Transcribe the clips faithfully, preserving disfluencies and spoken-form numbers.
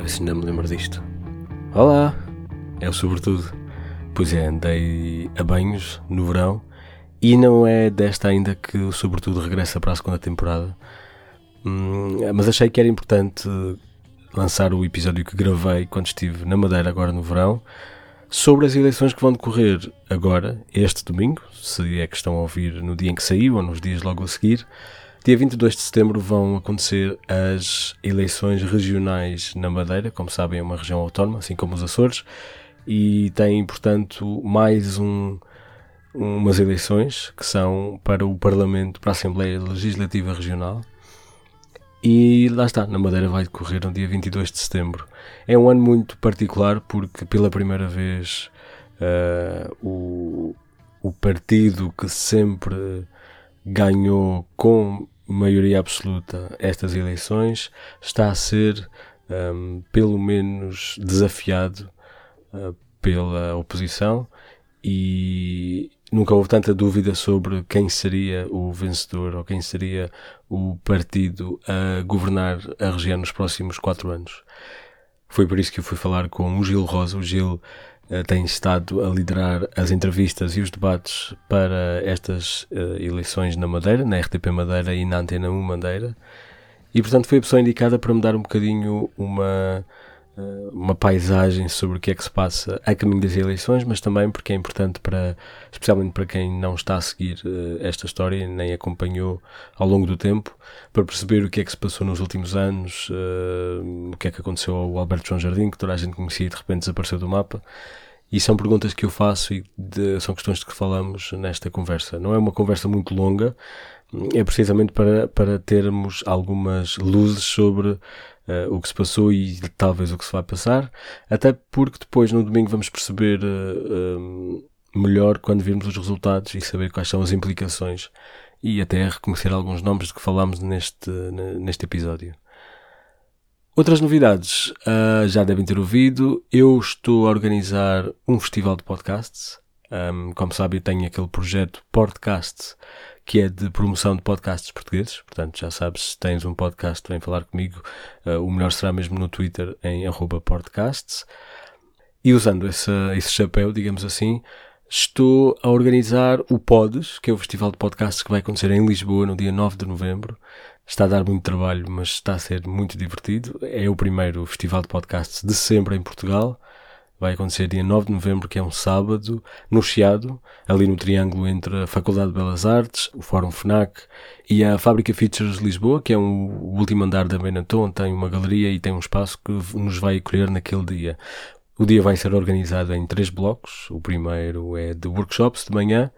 ver se ainda me lembro disto. Olá, é o Sobretudo. Pois é, andei a banhos no verão e não é desta ainda que o Sobretudo regressa para a segunda temporada. Hum, mas achei que era importante lançar o episódio que gravei quando estive na Madeira agora no verão, sobre as eleições que vão decorrer agora, este domingo, se é que estão a ouvir no dia em que saiu ou nos dias logo a seguir. Dia vinte e dois de setembro vão acontecer as eleições regionais na Madeira, como sabem é uma região autónoma, assim como os Açores, e tem, portanto, mais um, umas eleições que são para o Parlamento, para a Assembleia Legislativa Regional. E lá está, na Madeira vai decorrer no dia vinte e dois de setembro. É um ano muito particular porque pela primeira vez uh, o, o partido que sempre ganhou com maioria absoluta estas eleições está a ser um, pelo menos desafiado uh, pela oposição e nunca houve tanta dúvida sobre quem seria o vencedor ou quem seria o partido a governar a região nos próximos quatro anos. Foi por isso que eu fui falar com o Gil Rosa. O Gil uh, tem estado a liderar as entrevistas e os debates para estas uh, eleições na Madeira, na R T P Madeira e na Antena um Madeira. E, portanto, foi a pessoa indicada para me dar um bocadinho uma... uma paisagem sobre o que é que se passa a caminho das eleições, mas também porque é importante, para, especialmente para quem não está a seguir uh, esta história, nem acompanhou ao longo do tempo, para perceber o que é que se passou nos últimos anos, uh, o que é que aconteceu ao Alberto João Jardim, que toda a gente conhecia e de repente desapareceu do mapa. E são perguntas que eu faço e de, são questões de que falamos nesta conversa. Não é uma conversa muito longa, é precisamente para, para termos algumas luzes sobre Uh, o que se passou e talvez o que se vai passar, até porque depois no domingo vamos perceber uh, um, melhor quando virmos os resultados e saber quais são as implicações e até reconhecer alguns nomes de que falámos neste, neste episódio. Outras novidades, uh, já devem ter ouvido, eu estou a organizar um festival de podcasts. Um, como sabem, eu tenho aquele projeto Podcast, que é de promoção de podcasts portugueses. Portanto, já sabes, se tens um podcast, vem falar comigo. Uh, o melhor será mesmo no Twitter, em arroba podcasts. E usando esse, esse chapéu, digamos assim, estou a organizar o Podes, que é o festival de podcasts que vai acontecer em Lisboa no dia nove de novembro. Está a dar muito trabalho, mas está a ser muito divertido. É o primeiro festival de podcasts de sempre em Portugal. Vai acontecer dia nove de novembro, que é um sábado, no Chiado, ali no triângulo entre a Faculdade de Belas Artes, o Fórum FNAC e a Fábrica Features Lisboa, que é um, o último andar da Benetton, tem uma galeria e tem um espaço que nos vai acolher naquele dia. O dia vai ser organizado em três blocos. O primeiro é de workshops de manhã,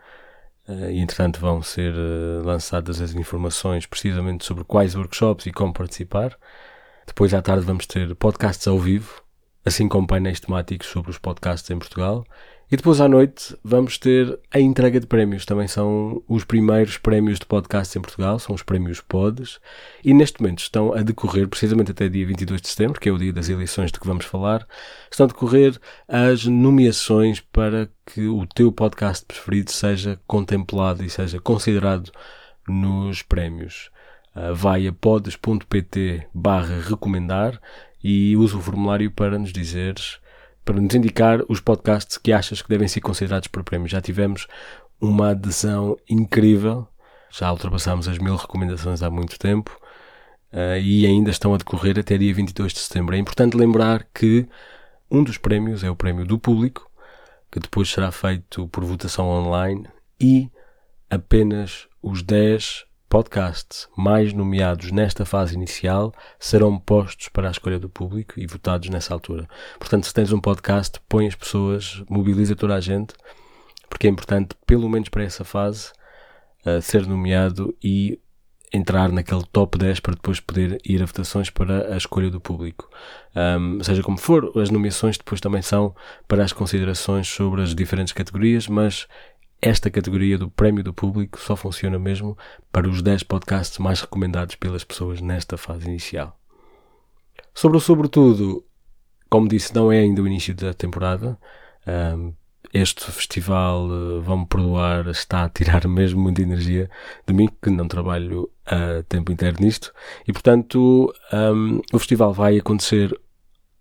e entretanto vão ser lançadas as informações precisamente sobre quais workshops e como participar. Depois à tarde vamos ter podcasts ao vivo, assim como painéis temáticos sobre os podcasts em Portugal. E depois à noite vamos ter a entrega de prémios. Também são os primeiros prémios de podcasts em Portugal, são os prémios Podes. E neste momento estão a decorrer, precisamente até dia vinte e dois de setembro, que é o dia das eleições de que vamos falar, estão a decorrer as nomeações para que o teu podcast preferido seja contemplado e seja considerado nos prémios. Uh, vai a podes.pt barra recomendar e usa o formulário para nos dizeres, para nos indicar os podcasts que achas que devem ser considerados para prémios. Já tivemos uma adesão incrível, já ultrapassámos as mil recomendações há muito tempo uh, e ainda estão a decorrer até dia vinte e dois de setembro. É importante lembrar que um dos prémios é o prémio do público, que depois será feito por votação online, e apenas os dez podcasts mais nomeados nesta fase inicial serão postos para a escolha do público e votados nessa altura. Portanto, se tens um podcast, põe as pessoas, mobiliza toda a gente, porque é importante, pelo menos para essa fase, uh, ser nomeado e entrar naquele top dez para depois poder ir a votações para a escolha do público. Um, seja como for, as nomeações depois também são para as considerações sobre as diferentes categorias, mas esta categoria do prémio do público só funciona mesmo para os dez podcasts mais recomendados pelas pessoas nesta fase inicial. Sobre o Sobretudo, como disse, não é ainda o início da temporada. Um, este festival, vão-me perdoar, está a tirar mesmo muita energia de mim, que não trabalho a tempo inteiro nisto. E, portanto, um, o festival vai acontecer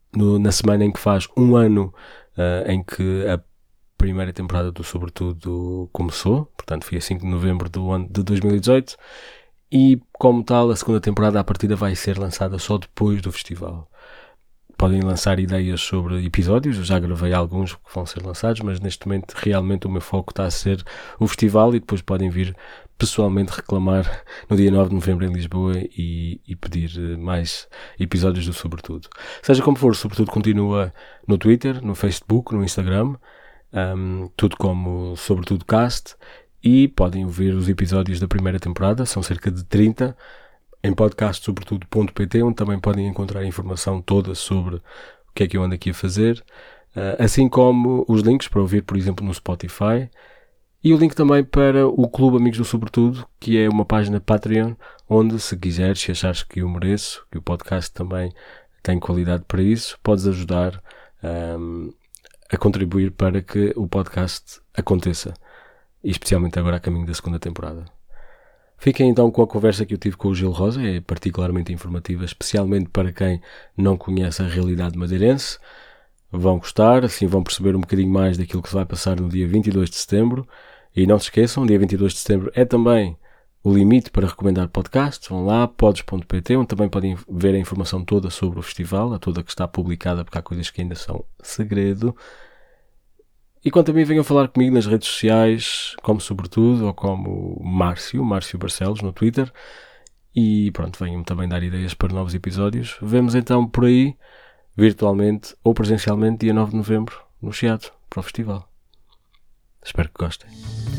no, na semana em que faz um ano uh, em que a primeira temporada do Sobretudo começou, portanto foi a cinco de novembro do ano de dois mil e dezoito, e como tal a segunda temporada à partida vai ser lançada só depois do festival. Podem lançar ideias sobre episódios, eu já gravei alguns que vão ser lançados, mas neste momento realmente o meu foco está a ser o festival, e depois podem vir pessoalmente reclamar no dia nove de novembro em Lisboa e, e pedir mais episódios do Sobretudo. Seja como for, o Sobretudo continua no Twitter, no Facebook, no Instagram, um, tudo como Sobretudo Cast, e podem ouvir os episódios da primeira temporada, são cerca de trinta, em podcast sobretudo ponto pt, onde também podem encontrar a informação toda sobre o que é que eu ando aqui a fazer, assim como os links para ouvir, por exemplo, no Spotify, e o link também para o Clube Amigos do Sobretudo, que é uma página Patreon, onde, se quiseres, se achares que eu mereço, que o podcast também tem qualidade para isso, podes ajudar um, a contribuir para que o podcast aconteça, e especialmente agora a caminho da segunda temporada. Fiquem então com a conversa que eu tive com o Gil Rosa, é particularmente informativa, especialmente para quem não conhece a realidade madeirense. Vão gostar, assim vão perceber um bocadinho mais daquilo que se vai passar no dia vinte e dois de setembro. E não se esqueçam, dia vinte e dois de setembro é também o limite para recomendar podcasts. Vão lá, pods ponto pt, onde também podem ver a informação toda sobre o festival, a toda que está publicada, porque há coisas que ainda são segredo. E quanto a mim, venham falar comigo nas redes sociais, como Sobretudo, ou como Márcio, Márcio Barcelos, no Twitter. E pronto, venham-me também dar ideias para novos episódios. Vemos então por aí, virtualmente ou presencialmente, dia nove de novembro, no Chiado, para o festival. Espero que gostem.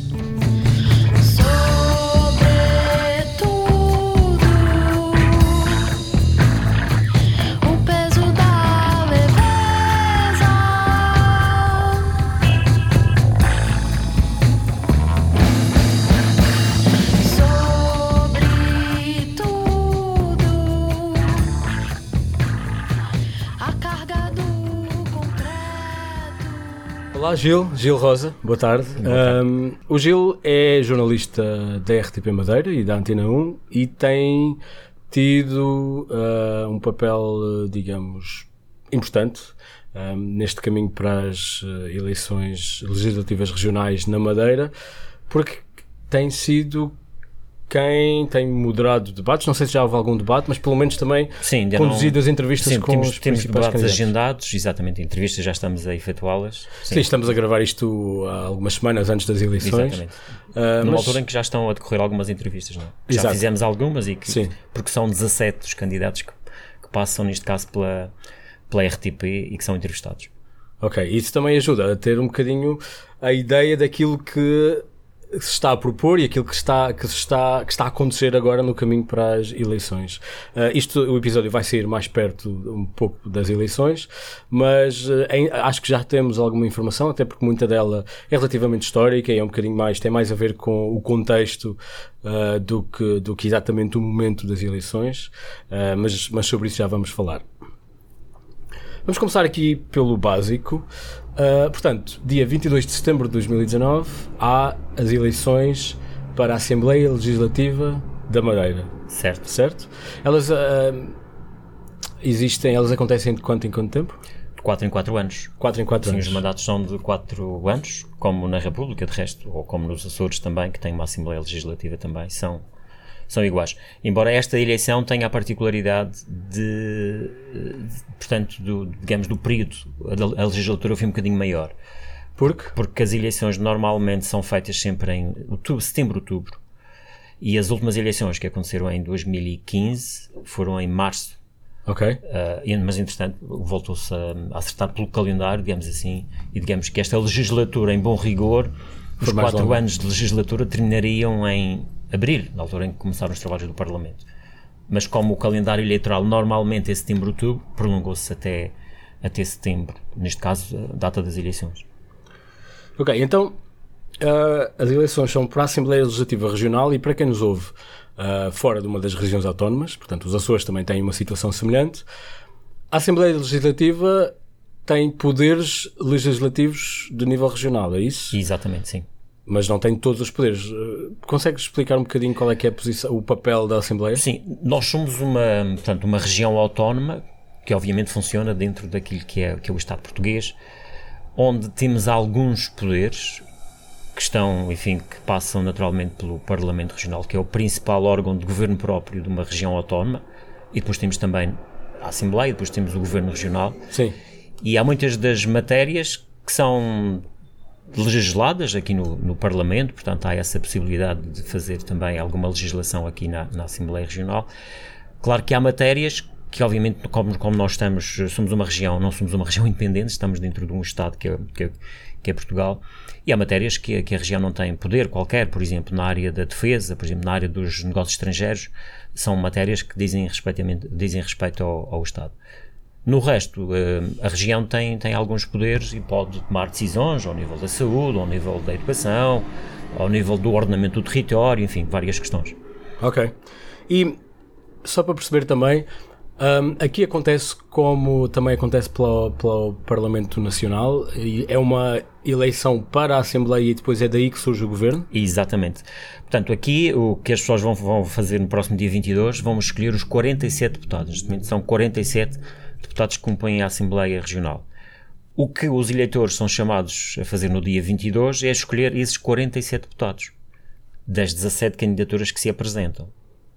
Olá Gil, Gil Rosa, boa tarde. Boa tarde. Um, o Gil é jornalista da R T P Madeira e da Antena um e tem tido uh, um papel, digamos, importante um, neste caminho para as uh, eleições legislativas regionais na Madeira, porque tem sido quem tem moderado debates, não sei se já houve algum debate, mas pelo menos também sim, conduzido não... as entrevistas sim, com temos, os temos principais debates candidatos. Agendados, exatamente, entrevistas já estamos a efetuá-las. Sim. sim, estamos a gravar isto há algumas semanas antes das eleições. Exatamente. Uh, Numa mas... altura em que já estão a decorrer algumas entrevistas, não é? Já Exato. Fizemos algumas, e que, sim. porque são dezassete os candidatos que, que passam, neste caso, pela, pela R T P e que são entrevistados. Ok, isso também ajuda a ter um bocadinho a ideia daquilo que se está a propor e aquilo que está, que está, que está a acontecer agora no caminho para as eleições. Uh, isto, o episódio vai sair mais perto um pouco das eleições, mas uh, em, acho que já temos alguma informação, até porque muita dela é relativamente histórica e é um bocadinho mais, tem mais a ver com o contexto uh, do, que, do que exatamente o momento das eleições, uh, mas, mas sobre isso já vamos falar. Vamos começar aqui pelo básico. Uh, portanto, dia vinte e dois de setembro de dois mil e dezanove há as eleições para a Assembleia Legislativa da Madeira. Certo. Certo? Elas uh, existem, elas acontecem de quanto em quanto tempo? De quatro em quatro anos. quatro em quatro Sim, anos. Os mandatos são de quatro anos, como na República, de resto, ou como nos Açores também, que tem uma Assembleia Legislativa também, são... são iguais. Embora esta eleição tenha a particularidade de, de portanto, do, digamos, do período, a legislatura foi um bocadinho maior. Por quê? Porque as eleições normalmente são feitas sempre em outubro, setembro, outubro, e as últimas eleições que aconteceram em dois mil e quinze foram em março. Ok. Uh, mas, entretanto, voltou-se a, a acertar pelo calendário, digamos assim, e digamos que esta legislatura, em bom rigor, os quatro longa. anos de legislatura terminariam em abril, na altura em que começaram os trabalhos do Parlamento. Mas como o calendário eleitoral normalmente é setembro, outubro, prolongou-se até, até setembro, neste caso a data das eleições. Ok, então uh, as eleições são para a Assembleia Legislativa Regional e para quem nos ouve uh, fora de uma das regiões autónomas, portanto os Açores também têm uma situação semelhante, a Assembleia Legislativa tem poderes legislativos de nível regional, é isso? Exatamente, sim. Mas não tem todos os poderes. Consegues explicar um bocadinho qual é que é a posição, o papel da Assembleia? Sim, nós somos uma, portanto, uma região autónoma que obviamente funciona dentro daquilo que é, que é o Estado português, onde temos alguns poderes que estão, enfim, que passam naturalmente pelo Parlamento Regional, que é o principal órgão de governo próprio de uma região autónoma, e depois temos também a Assembleia, depois temos o Governo Regional. Sim. E há muitas das matérias que são legisladas aqui no, no Parlamento, portanto há essa possibilidade de fazer também alguma legislação aqui na, na Assembleia Regional. Claro que há matérias que obviamente, como, como nós estamos, somos uma região, não somos uma região independente, estamos dentro de um Estado que é, que é, que é Portugal, e há matérias que, que a região não tem poder qualquer, por exemplo, na área da defesa, por exemplo, na área dos negócios estrangeiros, são matérias que dizem, dizem respeito ao, ao Estado. No resto, a região tem, tem alguns poderes e pode tomar decisões ao nível da saúde, ao nível da educação, ao nível do ordenamento do território, enfim, várias questões. Ok. E só para perceber também, Um, aqui acontece como também acontece pelo, pelo Parlamento Nacional, e é uma eleição para a Assembleia e depois é daí que surge o Governo? Exatamente. Portanto, aqui o que as pessoas vão, vão fazer no próximo dia vinte e dois, vão escolher os quarenta e sete deputados. Neste momento são quarenta e sete deputados que compõem a Assembleia Regional. O que os eleitores são chamados a fazer no dia vinte e dois é escolher esses quarenta e sete deputados das dezassete candidaturas que se apresentam.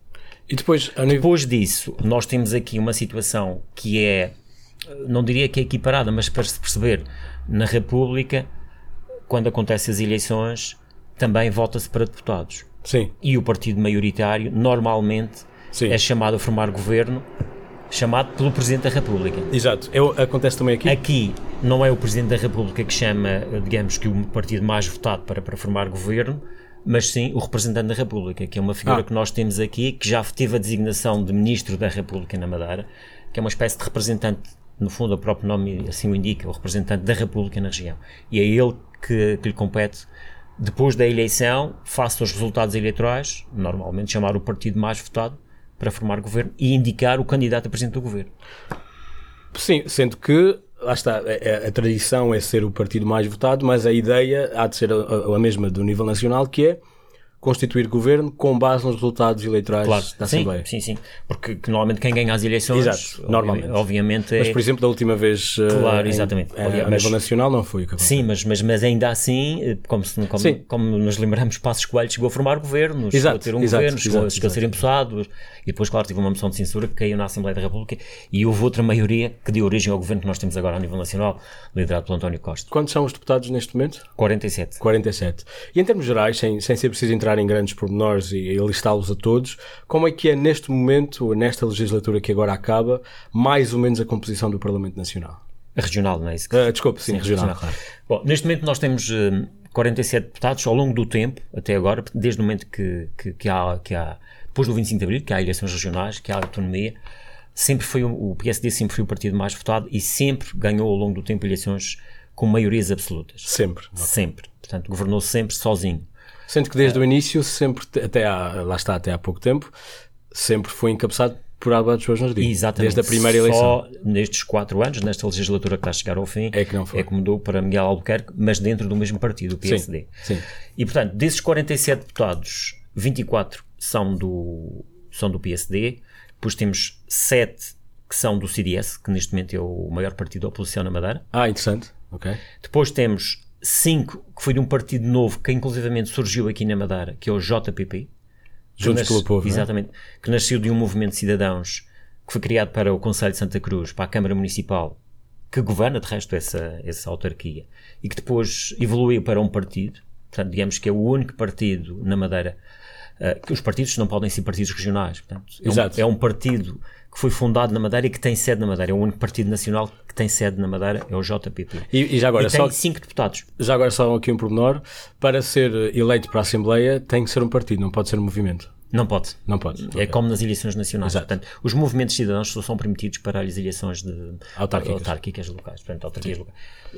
E depois, a nível... depois disso, nós temos aqui uma situação que é, não diria que é equiparada, mas para se perceber, na República, quando acontecem as eleições, também vota-se para deputados. Sim. E o partido maioritário, normalmente, Sim. é chamado a formar governo, chamado pelo Presidente da República. Exato. É, acontece também aqui? Aqui não é o Presidente da República que chama, digamos, que o partido mais votado para, para formar governo, mas sim o representante da República, que é uma figura ah. que nós temos aqui, que já teve a designação de Ministro da República na Madeira, que é uma espécie de representante, no fundo o próprio nome assim o indica, o representante da República na região. E é ele que, que lhe compete, depois da eleição, face aos resultados eleitorais, normalmente chamar o partido mais votado para formar governo e indicar o candidato a presidente do governo. Sim, sendo que lá está, a, a tradição é ser o partido mais votado, mas a ideia há de ser a, a mesma do nível nacional, que é constituir governo com base nos resultados eleitorais claro, da sim, Assembleia. Sim, sim, porque que, normalmente quem ganha as eleições, Exato, normalmente. obviamente é... Mas, por exemplo, da última vez claro, em, exatamente. a, a nível nacional não foi o que Sim, mas, mas, mas ainda assim, como, se, como, sim. como nos lembramos, Passos Coelho chegou a formar governo, exato, chegou a ter um exato, governo, chegou, exato, chegou a ser empossado, e depois, claro, tive uma moção de censura que caiu na Assembleia da República e houve outra maioria que deu origem ao governo que nós temos agora a nível nacional, liderado pelo António Costa. Quantos são os deputados neste momento? quarenta e sete. quarenta e sete. E em termos gerais, sem, sem ser preciso entrar em grandes pormenores e listá-los a todos, como é que é neste momento, nesta legislatura que agora acaba, mais ou menos a composição do Parlamento Nacional? A regional, não é isso? Que... Uh, desculpe, sim, sim regional. regional. Claro. Bom, neste momento nós temos uh, quarenta e sete deputados ao longo do tempo, até agora, desde o momento que, que, que, há, que há, depois do vinte e cinco de Abril, que há eleições regionais, que há autonomia, sempre foi o, o P S D sempre foi o partido mais votado e sempre ganhou ao longo do tempo eleições com maiorias absolutas. Sempre. Sempre. Portanto, governou sempre sozinho. Sendo que desde é. o início, sempre, até há, lá está, até há pouco tempo, sempre foi encabeçado por Álvaro Jorge Jardim. Exatamente. Desde a primeira eleição. Só nestes quatro anos, nesta legislatura que está a chegar ao fim, é que não foi. É que mudou para Miguel Albuquerque, mas dentro do mesmo partido, o P S D. Sim, sim. E, portanto, desses quarenta e sete deputados, vinte e quatro são do, são do P S D, depois temos sete que são do C D S, que neste momento é o maior partido da oposição na Madeira. Ah, interessante. Ok. Depois temos cinco que foi de um partido novo que inclusivamente surgiu aqui na Madeira, que é o J P P. Juntos pelo Povo. Exatamente. Não é? Que nasceu de um movimento de cidadãos que foi criado para o Conselho de Santa Cruz, para a Câmara Municipal, que governa de resto essa, essa autarquia, e que depois evoluiu para um partido. Portanto, digamos que é o único partido na Madeira, uh, que os partidos não podem ser partidos regionais. Portanto, é, Exato. Um, é um partido que foi fundado na Madeira e que tem sede na Madeira. É o único partido nacional que tem sede na Madeira, é o J P P. E, e já agora e tem só, cinco deputados. Já agora só aqui um pormenor. Para ser eleito para a Assembleia tem que ser um partido, não pode ser um movimento. Não pode. Não pode. É okay. como nas eleições nacionais. Exato. Portanto, os movimentos de cidadãos só são permitidos para as eleições de autárquicas, autárquicas locais. Portanto, autarquias locais.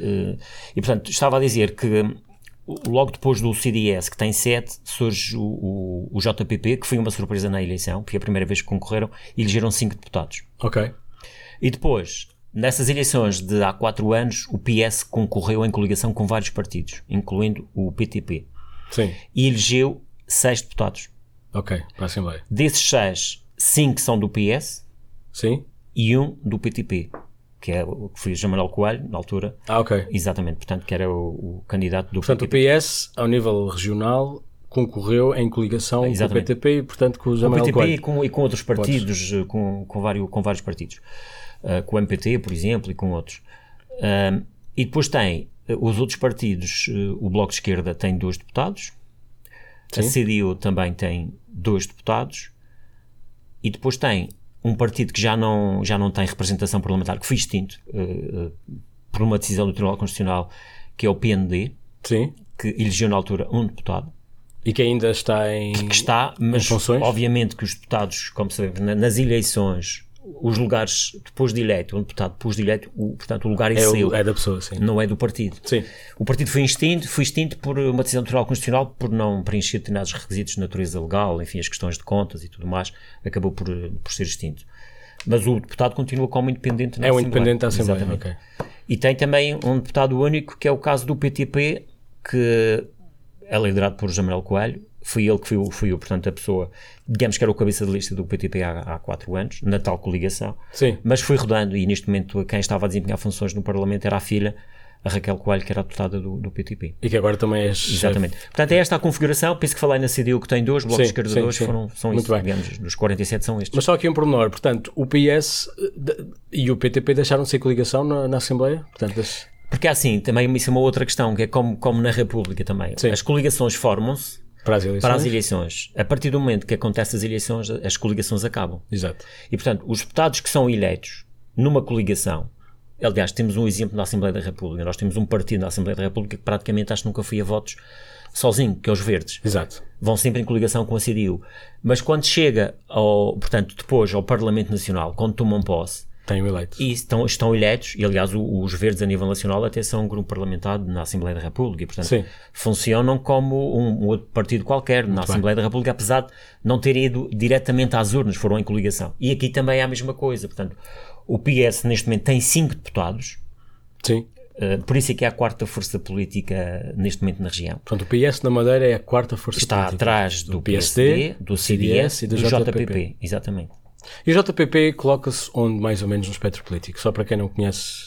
E, portanto, estava a dizer que logo depois do C D S, que tem sete, surge o, o, o J P P, que foi uma surpresa na eleição, foi a primeira vez que concorreram, e elegeram cinco deputados. Ok. E depois, nessas eleições de há quatro anos, o P S concorreu em coligação com vários partidos, incluindo o P T P. Sim. E elegeu seis deputados. Ok, para a Assembleia. Desses seis, cinco são do P S. Sim. e um do P T P, que, é, que foi o João Manuel Coelho, na altura. Ah, ok. Exatamente, portanto, que era o, o candidato do portanto, P T P. Portanto, o P S, ao nível regional, concorreu em coligação Exatamente. com o P T P e, portanto, com o João Manuel Coelho. Com o P T P e com, e com outros partidos, com, com, vários, com vários partidos. Uh, com o M P T, por exemplo, e com outros. Uh, e depois tem uh, os outros partidos, uh, o Bloco de Esquerda tem dois deputados, Sim. a C D U também tem dois deputados, e depois tem um partido que já não, já não tem representação parlamentar, que foi extinto uh, uh, por uma decisão do Tribunal Constitucional, que é o P N D, Sim. que elegeu na altura um deputado. E que ainda está em Que está, mas obviamente que os deputados, como sabemos, na, nas eleições, os lugares, depois de eleito, um deputado depois de eleito, o, portanto o lugar é, é seu. O, é da pessoa, sim. Não é do partido. Sim. O partido foi extinto, foi extinto por uma decisão do Tribunal Constitucional por não preencher determinados requisitos de natureza legal, enfim, as questões de contas e tudo mais, acabou por, por ser extinto. Mas o deputado continua como independente na É Assembleia. um independente da Assembleia, Exatamente. ok. E tem também um deputado único, que é o caso do P T P, que é liderado por João Manuel Coelho. Foi ele que foi, foi eu, portanto, a pessoa, digamos que era o cabeça de lista do P T P há, há quatro anos, na tal coligação. Sim. Mas foi rodando e neste momento quem estava a desempenhar funções no Parlamento era a filha, a Raquel Coelho, que era a deputada do, do P T P. E que agora também é Exatamente. Chefe. Portanto, é esta a configuração. Penso que falei na C D U que tem dois, blocos de esquerda dois, foram, são Muito isso, bem. digamos, dos quarenta e sete são estes. Mas só aqui um pormenor, portanto, o P S e o P T P deixaram de ser coligação na, na Assembleia? Portanto, das... Porque assim, também isso é uma outra questão, que é como, como na República também. Sim. As coligações formam-se Para as, para as eleições. A partir do momento que acontecem as eleições, as coligações acabam. Exato. E, portanto, os deputados que são eleitos numa coligação, aliás, temos um exemplo na Assembleia da República, nós temos um partido na Assembleia da República que praticamente acho que nunca foi a votos sozinho, que é os Verdes. Exato. Vão sempre em coligação com a C D U. Mas quando chega, ao, portanto, depois ao Parlamento Nacional, quando tomam posse, Tenho eleito. E estão, estão eleitos, e aliás o, os Verdes a nível nacional até são um grupo parlamentar na Assembleia da República, e portanto Sim. funcionam como um, um outro partido qualquer na Muito Assembleia bem. da República, apesar de não terem ido diretamente às urnas, foram em coligação. E aqui também é a mesma coisa, portanto, o P S neste momento tem cinco deputados, Sim. Uh, por isso é que é a quarta força política neste momento na região. Portanto, o P S na Madeira é a quarta força Está política. Está atrás do, do P S D, do C D S e do, do J P P. Exatamente. E o J P P coloca-se onde, mais ou menos, no espectro político? Só para quem não conhece...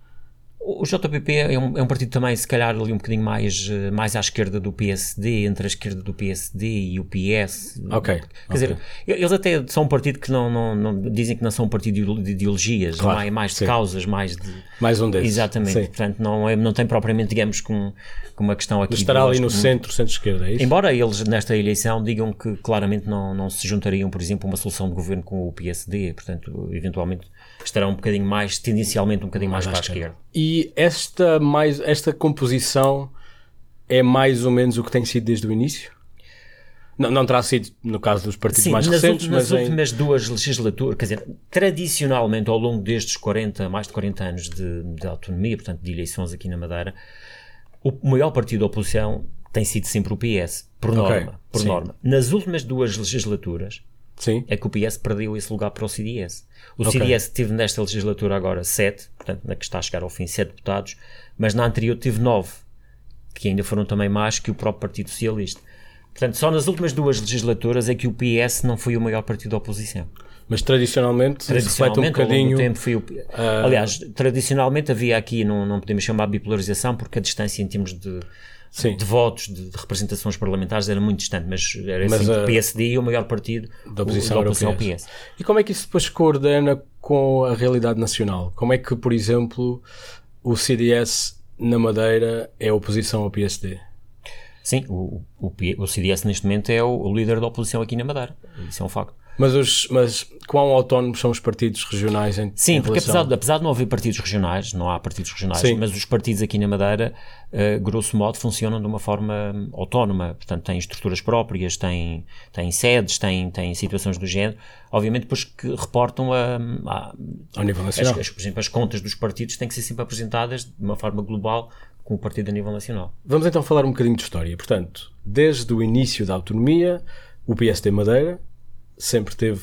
O J P P é um, é um partido também, se calhar, ali um bocadinho mais, mais à esquerda do P S D, entre a esquerda do P S D e o P S. Ok. Quer okay. dizer, eles até são um partido que não, não, não dizem que não são um partido de ideologias, claro, não é mais de sim. causas, mais de... Mais um desses. Exatamente. Sim. Portanto, não, é, não tem propriamente, digamos, com, com uma questão aqui... Mas estará ali no muito... centro, centro-esquerda, é isso? Embora eles, nesta eleição, digam que claramente não, não se juntariam, por exemplo, a uma solução de governo com o P S D, portanto, eventualmente estarão um bocadinho mais, tendencialmente um bocadinho mais, mais para a esquerda. E esta, mais, esta composição é mais ou menos o que tem sido desde o início? Não, não terá sido no caso dos partidos Sim, mais nas recentes, últimas, mas... nas últimas em... duas legislaturas, quer dizer, tradicionalmente ao longo destes quarenta, mais de quarenta anos de, de autonomia, portanto de eleições aqui na Madeira, o maior partido da oposição tem sido sempre o P S, por norma. Okay, por norma. Nas últimas duas legislaturas, sim. é que o P S perdeu esse lugar para o C D S. O okay. C D S teve nesta legislatura agora sete, portanto, na que está a chegar ao fim, sete deputados, mas na anterior teve nove, que ainda foram também mais que o próprio Partido Socialista. Portanto, só nas últimas duas legislaturas é que o P S não foi o maior partido da oposição. Mas tradicionalmente, tradicionalmente um bocadinho... ao longo do tempo foi o... uh... Aliás, tradicionalmente havia aqui, não, não podemos chamar de bipolarização, porque a distância em termos de... Sim. de votos, de, de representações parlamentares era muito distante, mas era mas assim, a, o P S D e o maior partido da oposição, da oposição ao P S. P S. E como é que isso depois coordena com a realidade nacional? Como é que, por exemplo, o C D S na Madeira é oposição ao P S D? Sim, o, o, o C D S neste momento é o, o líder da oposição aqui na Madeira, isso é um facto. Mas, os, mas quão autónomos são os partidos regionais em Sim, em porque relação... apesar de, apesar de não haver partidos regionais, não há partidos regionais, Sim. mas os partidos aqui na Madeira, uh, grosso modo, funcionam de uma forma autónoma, portanto têm estruturas próprias, têm, têm sedes, têm, têm situações do género, obviamente depois que reportam a, a, ao nível nacional. As, as, por exemplo, as contas dos partidos têm que ser sempre apresentadas de uma forma global com o partido a nível nacional. Vamos então falar um bocadinho de história. Portanto, desde o início da autonomia, o P S D Madeira sempre teve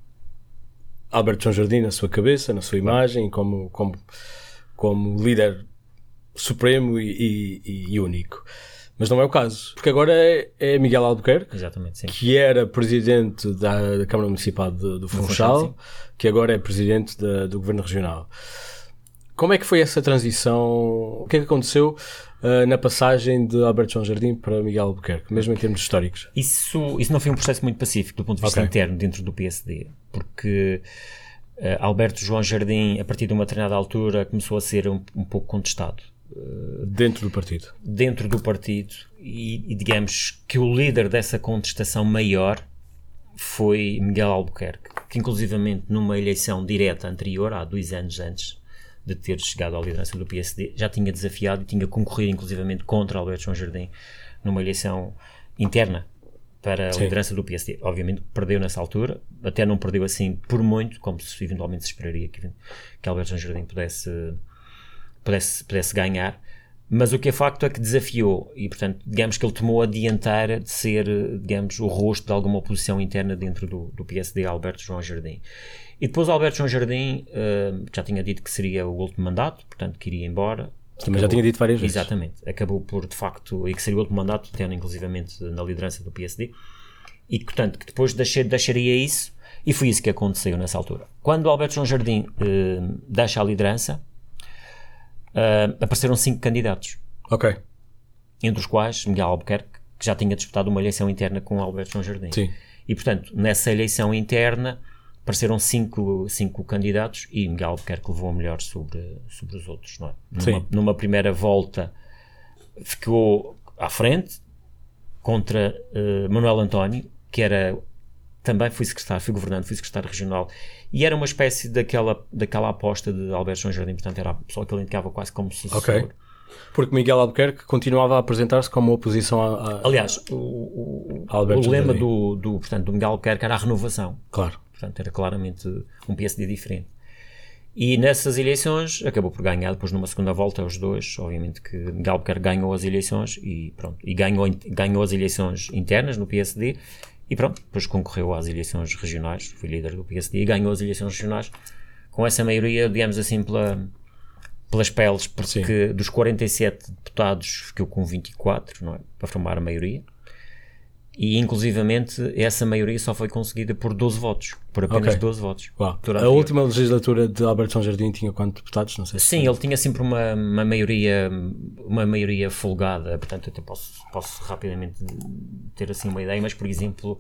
Alberto João Jardim na sua cabeça, na sua imagem, como, como, como líder supremo e, e, e único. Mas não é o caso, porque agora é, é Miguel Albuquerque, exatamente, sim. Que era presidente da, da Câmara Municipal de, do Funchal, Funchal que agora é presidente da, do Governo Regional. Como é que foi essa transição? O que é que aconteceu uh, na passagem de Alberto João Jardim para Miguel Albuquerque, mesmo em termos históricos? Isso, isso não foi um processo muito pacífico do ponto de vista okay. interno dentro do P S D, porque uh, Alberto João Jardim, a partir de uma determinada altura, começou a ser um, um pouco contestado. Uh, dentro do partido? Dentro do partido, e, e digamos que o líder dessa contestação maior foi Miguel Albuquerque, que inclusivamente numa eleição direta anterior, há dois anos antes de ter chegado à liderança do P S D, já tinha desafiado e tinha concorrido inclusivamente contra Alberto João Jardim numa eleição interna para a Sim. liderança do P S D. Obviamente perdeu nessa altura, até não perdeu assim por muito, como se eventualmente se esperaria que, que Alberto João Jardim pudesse, pudesse, pudesse ganhar, mas o que é facto é que desafiou e, portanto, digamos que ele tomou a dianteira de ser, digamos, o rosto de alguma oposição interna dentro do, do P S D, Alberto João Jardim. E depois Alberto João Jardim uh, já tinha dito que seria o último mandato, portanto que iria embora. Sim, mas já tinha dito várias vezes. Exatamente. Acabou por, de facto, e que seria o último mandato, tendo inclusivamente na liderança do P S D. E, portanto, que depois deixei, deixaria isso, e foi isso que aconteceu nessa altura. Quando Alberto João Jardim uh, deixa a liderança, uh, apareceram cinco candidatos. Ok. Entre os quais Miguel Albuquerque, que já tinha disputado uma eleição interna com Alberto João Jardim. Sim. E, portanto, nessa eleição interna, apareceram cinco, cinco candidatos e Miguel Albuquerque levou a melhor sobre, sobre os outros, não é? Numa, numa primeira volta ficou à frente contra uh, Manuel António, que era, também foi secretário, foi governante, foi secretário regional, e era uma espécie daquela, daquela aposta de Alberto João Jardim, portanto era a pessoa que ele indicava quase como sucessor. Ok. Porque Miguel Albuquerque continuava a apresentar-se como oposição a... a Aliás, o, o, o lema do, do, portanto, do Miguel Albuquerque era a renovação. Claro. Portanto, era claramente um P S D diferente. E nessas eleições acabou por ganhar, depois numa segunda volta, os dois. Obviamente que Miguel Albuquerque ganhou as eleições e pronto. E ganhou, ganhou as eleições internas no P S D e pronto. Depois concorreu às eleições regionais, foi líder do P S D e ganhou as eleições regionais com essa maioria, digamos assim, pela, pelas peles, porque Sim. dos quarenta e sete deputados ficou com vinte e quatro, não é? Para formar a maioria. E, inclusivamente, essa maioria só foi conseguida por doze votos. Por apenas okay. doze votos. Uau. A última legislatura de Alberto João Jardim tinha quantos deputados? Não sei se Sim, ele tinha sempre uma, uma, maioria, uma maioria folgada. Portanto, eu até posso, posso rapidamente ter assim uma ideia. Mas, por exemplo,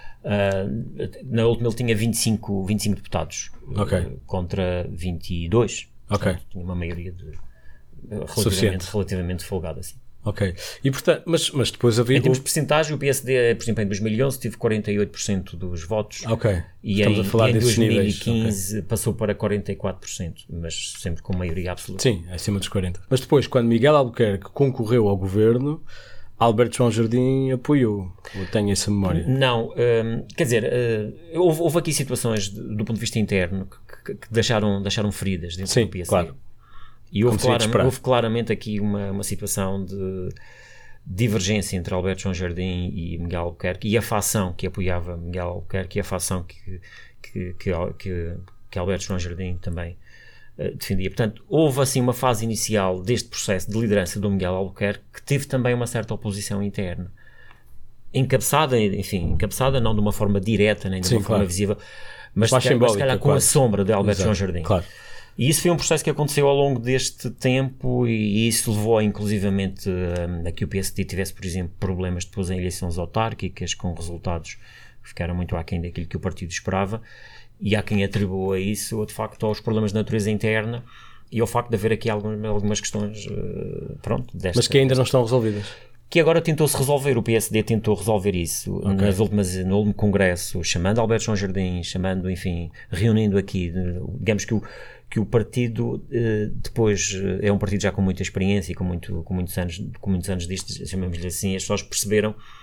uh, na última ele tinha vinte e cinco, vinte e cinco deputados. Okay. Uh, contra vinte e dois. Okay. Portanto, tinha uma maioria de, relativamente, relativamente folgada, assim. Ok, e portanto, mas, mas depois havia... Em termos de percentagem, o P S D, por exemplo, em dois mil e onze teve quarenta e oito por cento dos votos. Ok, e estamos em, a falar e em desses dois mil e quinze níveis. Passou para quarenta e quatro por cento, mas sempre com maioria absoluta. Sim, acima dos quarenta por cento. Mas depois, quando Miguel Albuquerque concorreu ao governo, Alberto João Jardim apoiou. Eu tenho essa memória. Não, hum, quer dizer, uh, houve, houve aqui situações de, do ponto de vista interno que, que deixaram, deixaram feridas dentro Sim, do P S D. Claro. E houve, claramente, houve claramente aqui uma, uma situação de divergência entre Alberto João Jardim e Miguel Albuquerque, e a facção que apoiava Miguel Albuquerque e a facção que, que, que, que, que Alberto João Jardim também uh, defendia. Portanto, houve assim uma fase inicial deste processo de liderança do Miguel Albuquerque que teve também uma certa oposição interna. Encabeçada, enfim, encabeçada não de uma forma direta, nem de Sim, uma claro. forma visível, mas, mas, se calhar, mas se calhar com quase. a sombra de Alberto Exato. João Jardim. Claro. E isso foi um processo que aconteceu ao longo deste tempo e isso levou inclusivamente a, a que o P S D tivesse, por exemplo, problemas depois em eleições autárquicas com resultados que ficaram muito aquém daquilo que o partido esperava, e há quem atribua isso de facto aos problemas de natureza interna e ao facto de haver aqui algumas, algumas questões pronto, desta, mas que ainda não estão resolvidas. Que agora tentou-se resolver, o P S D tentou resolver isso okay. nas últimas, no último congresso, chamando Alberto João Jardim, chamando, enfim, reunindo aqui, digamos que o, que o partido depois é um partido já com muita experiência e com, muito, com, muitos, anos, com muitos anos disto, chamamos-lhe assim, as pessoas perceberam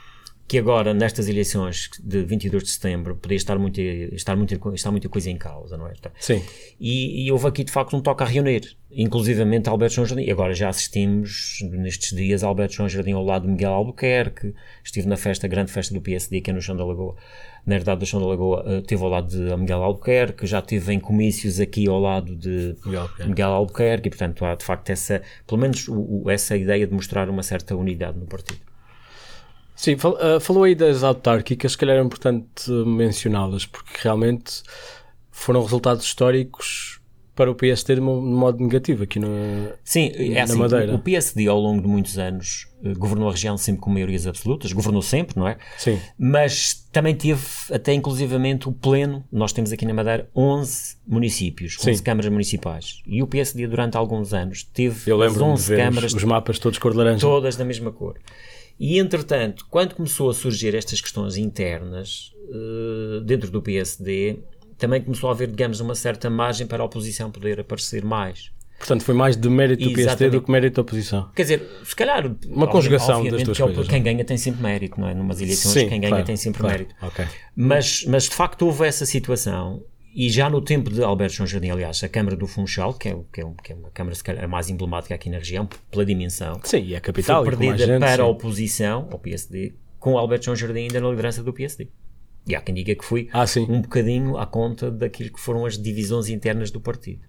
que agora, nestas eleições de vinte e dois de setembro, podia estar, muito, estar, muito, estar muita coisa em causa, não é? Sim. E, e houve aqui, de facto, um toque a reunir, inclusivamente Alberto João Jardim. E agora já assistimos, nestes dias, a Alberto João Jardim ao lado de Miguel Albuquerque, estive na festa, grande festa do P S D, que é no Chão da Lagoa, na herdade do Chão da Lagoa, uh, esteve ao lado de Miguel Albuquerque, já esteve em comícios aqui ao lado de Miguel Albuquerque, Miguel Albuquerque e, portanto, há, de facto, essa, pelo menos o, o, essa ideia de mostrar uma certa unidade no partido. Sim, falou aí das autárquicas, se calhar é importante mencioná-las, porque realmente foram resultados históricos para o P S D de modo negativo aqui no, Sim, é na assim, Madeira. O P S D ao longo de muitos anos governou a região sempre com maiorias absolutas, governou sempre, não é? Sim. Mas também teve até inclusivamente o pleno, nós temos aqui na Madeira onze municípios, onze Sim. câmaras municipais, e o P S D durante alguns anos teve Eu lembro onze de ver câmaras, os, os mapas todos cor de laranja. Todas da mesma cor. E, entretanto, quando começou a surgir estas questões internas uh, dentro do P S D, também começou a haver, digamos, uma certa margem para a oposição poder aparecer mais. Portanto, foi mais de mérito do Exatamente. P S D do que mérito da oposição. Quer dizer, se calhar... Uma conjugação das duas que é, coisas. Quem ganha tem sempre mérito, não é? Numas eleições, Sim, quem ganha claro, tem sempre claro. mérito. Okay. Mas, mas, de facto, houve essa situação. E já no tempo de Alberto João Jardim, aliás, a Câmara do Funchal, que é, que é, que é uma Câmara se calhar, a mais emblemática aqui na região, pela dimensão, sim, e a capital, foi perdida gente, para sim. a oposição, ao P S D, com o Alberto João Jardim ainda na liderança do P S D. E há quem diga que foi ah, um bocadinho à conta daquilo que foram as divisões internas do partido.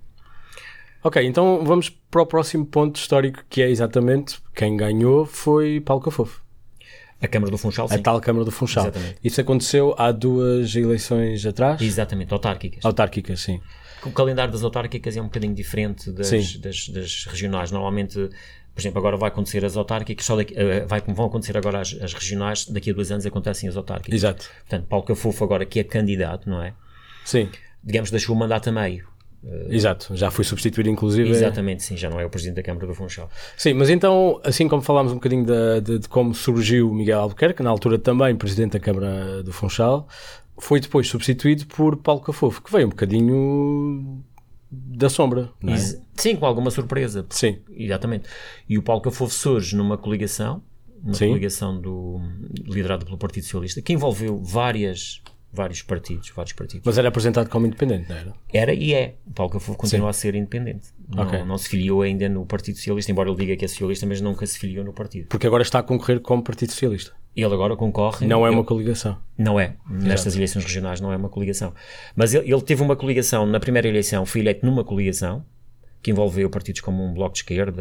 Ok, então vamos para o próximo ponto histórico, que é exatamente quem ganhou foi Paulo Cafofo. A Câmara do Funchal, sim. A tal Câmara do Funchal. Exatamente. Isso aconteceu há duas eleições atrás? Exatamente, autárquicas. Autárquicas, sim. O calendário das autárquicas é um bocadinho diferente das, das, das regionais. Normalmente, por exemplo, agora vai acontecer as autárquicas, só daqui, vai, vão acontecer agora as, as regionais, daqui a dois anos acontecem as autárquicas. Exato. Portanto, Paulo Cafofo agora que é candidato, não é? Sim. Digamos, deixou o mandato a meio. Exato, já foi substituído inclusive. Exatamente, sim, já não é o Presidente da Câmara do Funchal. Sim, mas então, assim como falámos um bocadinho de, de, de como surgiu Miguel Albuquerque, na altura também Presidente da Câmara do Funchal, foi depois substituído por Paulo Cafofo, que veio um bocadinho da sombra, não é? Sim, com alguma surpresa. Sim. Exatamente. E o Paulo Cafofo surge numa coligação, uma Sim. coligação do, liderada pelo Partido Socialista, que envolveu várias... vários partidos, vários partidos. Mas era apresentado como independente, não era? Era e é. O Paulo Cafofo continua Sim. a ser independente. Não, Okay. não se filiou ainda no Partido Socialista, embora ele diga que é socialista, mas nunca se filiou no partido. Porque agora está a concorrer como Partido Socialista. Ele agora concorre... Não é ele, uma coligação. Não é. Nestas eleições regionais não é uma coligação. Mas ele, ele teve uma coligação, na primeira eleição foi eleito numa coligação, que envolveu partidos como um Bloco de Esquerda,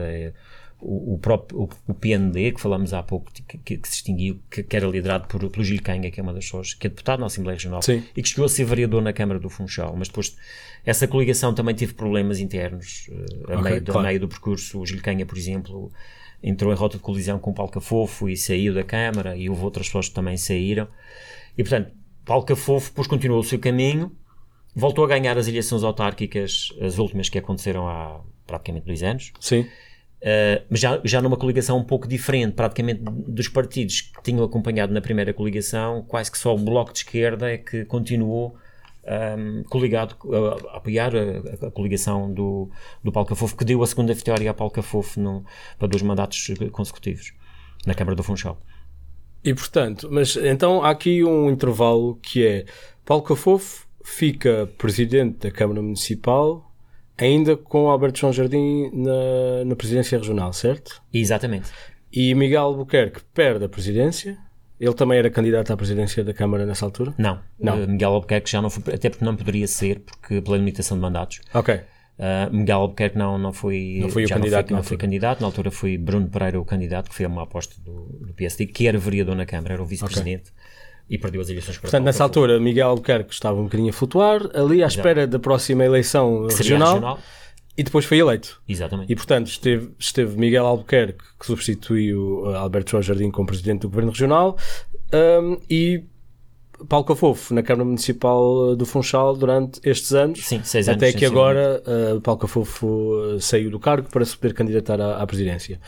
o, o próprio o, o P N D, que falámos há pouco, que, que, que se distinguiu, que, que era liderado por, pelo Gil Canha, que é uma das pessoas, que é deputado na Assembleia Regional, Sim. e que chegou a ser vereador na Câmara do Funchal, mas depois essa coligação também teve problemas internos, uh, a, Okay, meio, claro. a meio do percurso. O Gil Canha, por exemplo, entrou em rota de colisão com o Paulo Cafofo e saiu da Câmara, e houve outras pessoas que também saíram, e portanto, Paulo Cafofo depois continuou o seu caminho, voltou a ganhar as eleições autárquicas, as últimas que aconteceram há praticamente dois anos, Sim. Uh, mas já, já numa coligação um pouco diferente, praticamente dos partidos que tinham acompanhado na primeira coligação, quase que só o Bloco de Esquerda é que continuou um, coligado a, a apoiar a, a coligação do, do Paulo Cafofo, que deu a segunda vitória a Paulo Cafofo no, para dois mandatos consecutivos na Câmara do Funchal. E portanto, mas então há aqui um intervalo que é Paulo Cafofo fica Presidente da Câmara Municipal ainda com Alberto João Jardim na, na presidência regional, certo? Exatamente. E Miguel Albuquerque perde a presidência. Ele também era candidato à presidência da Câmara nessa altura? Não. Não. Uh, Miguel Albuquerque já não foi, até porque não poderia ser, porque pela limitação de mandatos. Ok. Uh, Miguel Albuquerque não, não foi, Não foi o já candidato não foi, na não foi altura. candidato. Na altura foi Bruno Pereira o candidato, que foi uma aposta do, do P S D, que era vereador na Câmara, era o vice-presidente. Okay. E perdeu as eleições para Portanto, nessa Cafofo. altura, Miguel Albuquerque estava um bocadinho a flutuar, ali à espera da próxima eleição Que seria regional, regional. E depois foi eleito. Exatamente. E, portanto, esteve, esteve Miguel Albuquerque, que substituiu uh, Alberto João Jardim como Presidente do Governo Regional, um, e Paulo Cafofo na Câmara Municipal do Funchal durante estes anos. Sim, seis anos. Até que agora uh, Paulo Cafofo uh, saiu do cargo para se poder candidatar à, à presidência.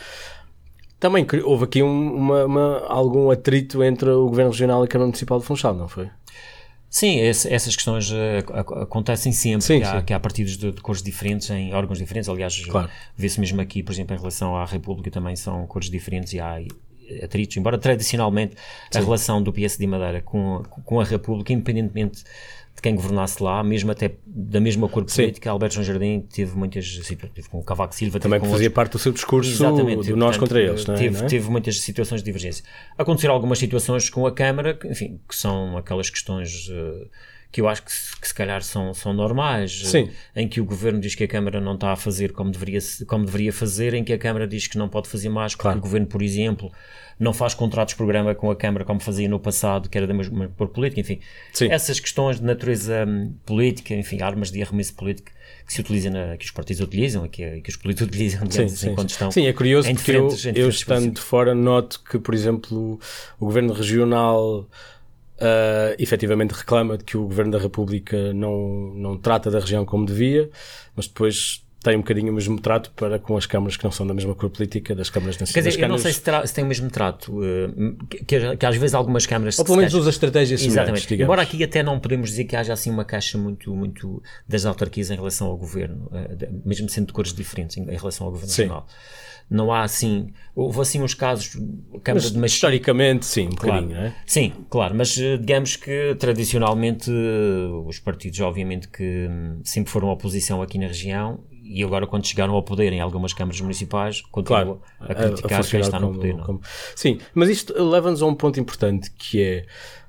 Também houve aqui um, uma, uma, algum atrito entre o Governo Regional e a Câmara Municipal do Funchal, não foi? Sim, esse, essas questões uh, acontecem sempre, sim, que, há, sim. que há partidos de, de cores diferentes em órgãos diferentes. Aliás, claro. vê-se mesmo aqui, por exemplo, em relação à República também são cores diferentes e há atritos, embora tradicionalmente Sim. a relação do P S D Madeira com, com a República, independentemente de quem governasse lá, mesmo até da mesma cor política, Sim. Alberto João Jardim teve muitas situações, teve com o Cavaco Silva, também com fazia outros, parte do seu discurso exatamente, do nós contra eles, não é? Teve, não é? teve muitas situações de divergência. Aconteceram algumas situações com a Câmara, que, enfim, que são aquelas questões uh, que eu acho que se, que se calhar são, são normais, Sim. uh, em que o Governo diz que a Câmara não está a fazer como deveria, como deveria fazer, em que a Câmara diz que não pode fazer mais, porque claro. o Governo, por exemplo, não faz contratos-programa com a Câmara como fazia no passado, que era da mesma cor política, enfim. Sim. Essas questões de natureza um, política, enfim, armas de arremesso político que se utilizam, na, que os partidos utilizam e que, que os políticos utilizam, digamos sim, assim, quando estão Sim, é curioso em porque eu, eu estando posições. de fora noto que, por exemplo, o Governo Regional uh, efetivamente reclama de que o Governo da República não, não trata da região como devia, mas depois tem um bocadinho o mesmo trato para com as câmaras que não são da mesma cor política das câmaras nacionais. Quer dizer, eu câmaras... não sei se, terá, se tem o mesmo trato, uh, que, que, que às vezes algumas câmaras... Ou pelo menos usa estratégias semelhantes, digamos. Embora aqui até não podemos dizer que haja assim uma caixa muito, muito das autarquias em relação ao governo, uh, mesmo sendo de cores diferentes em, em relação ao governo Sim. nacional. Não há assim, houve assim uns casos, Câmara mas, de Machim, historicamente sim, um claro, bocadinho, não é? Sim, claro, mas digamos que tradicionalmente os partidos obviamente que sempre foram oposição aqui na região e agora quando chegaram ao poder em algumas câmaras municipais continuam claro, a criticar a, a quem está como, no poder. Não? Como... Sim, mas isto leva-nos a um ponto importante que é,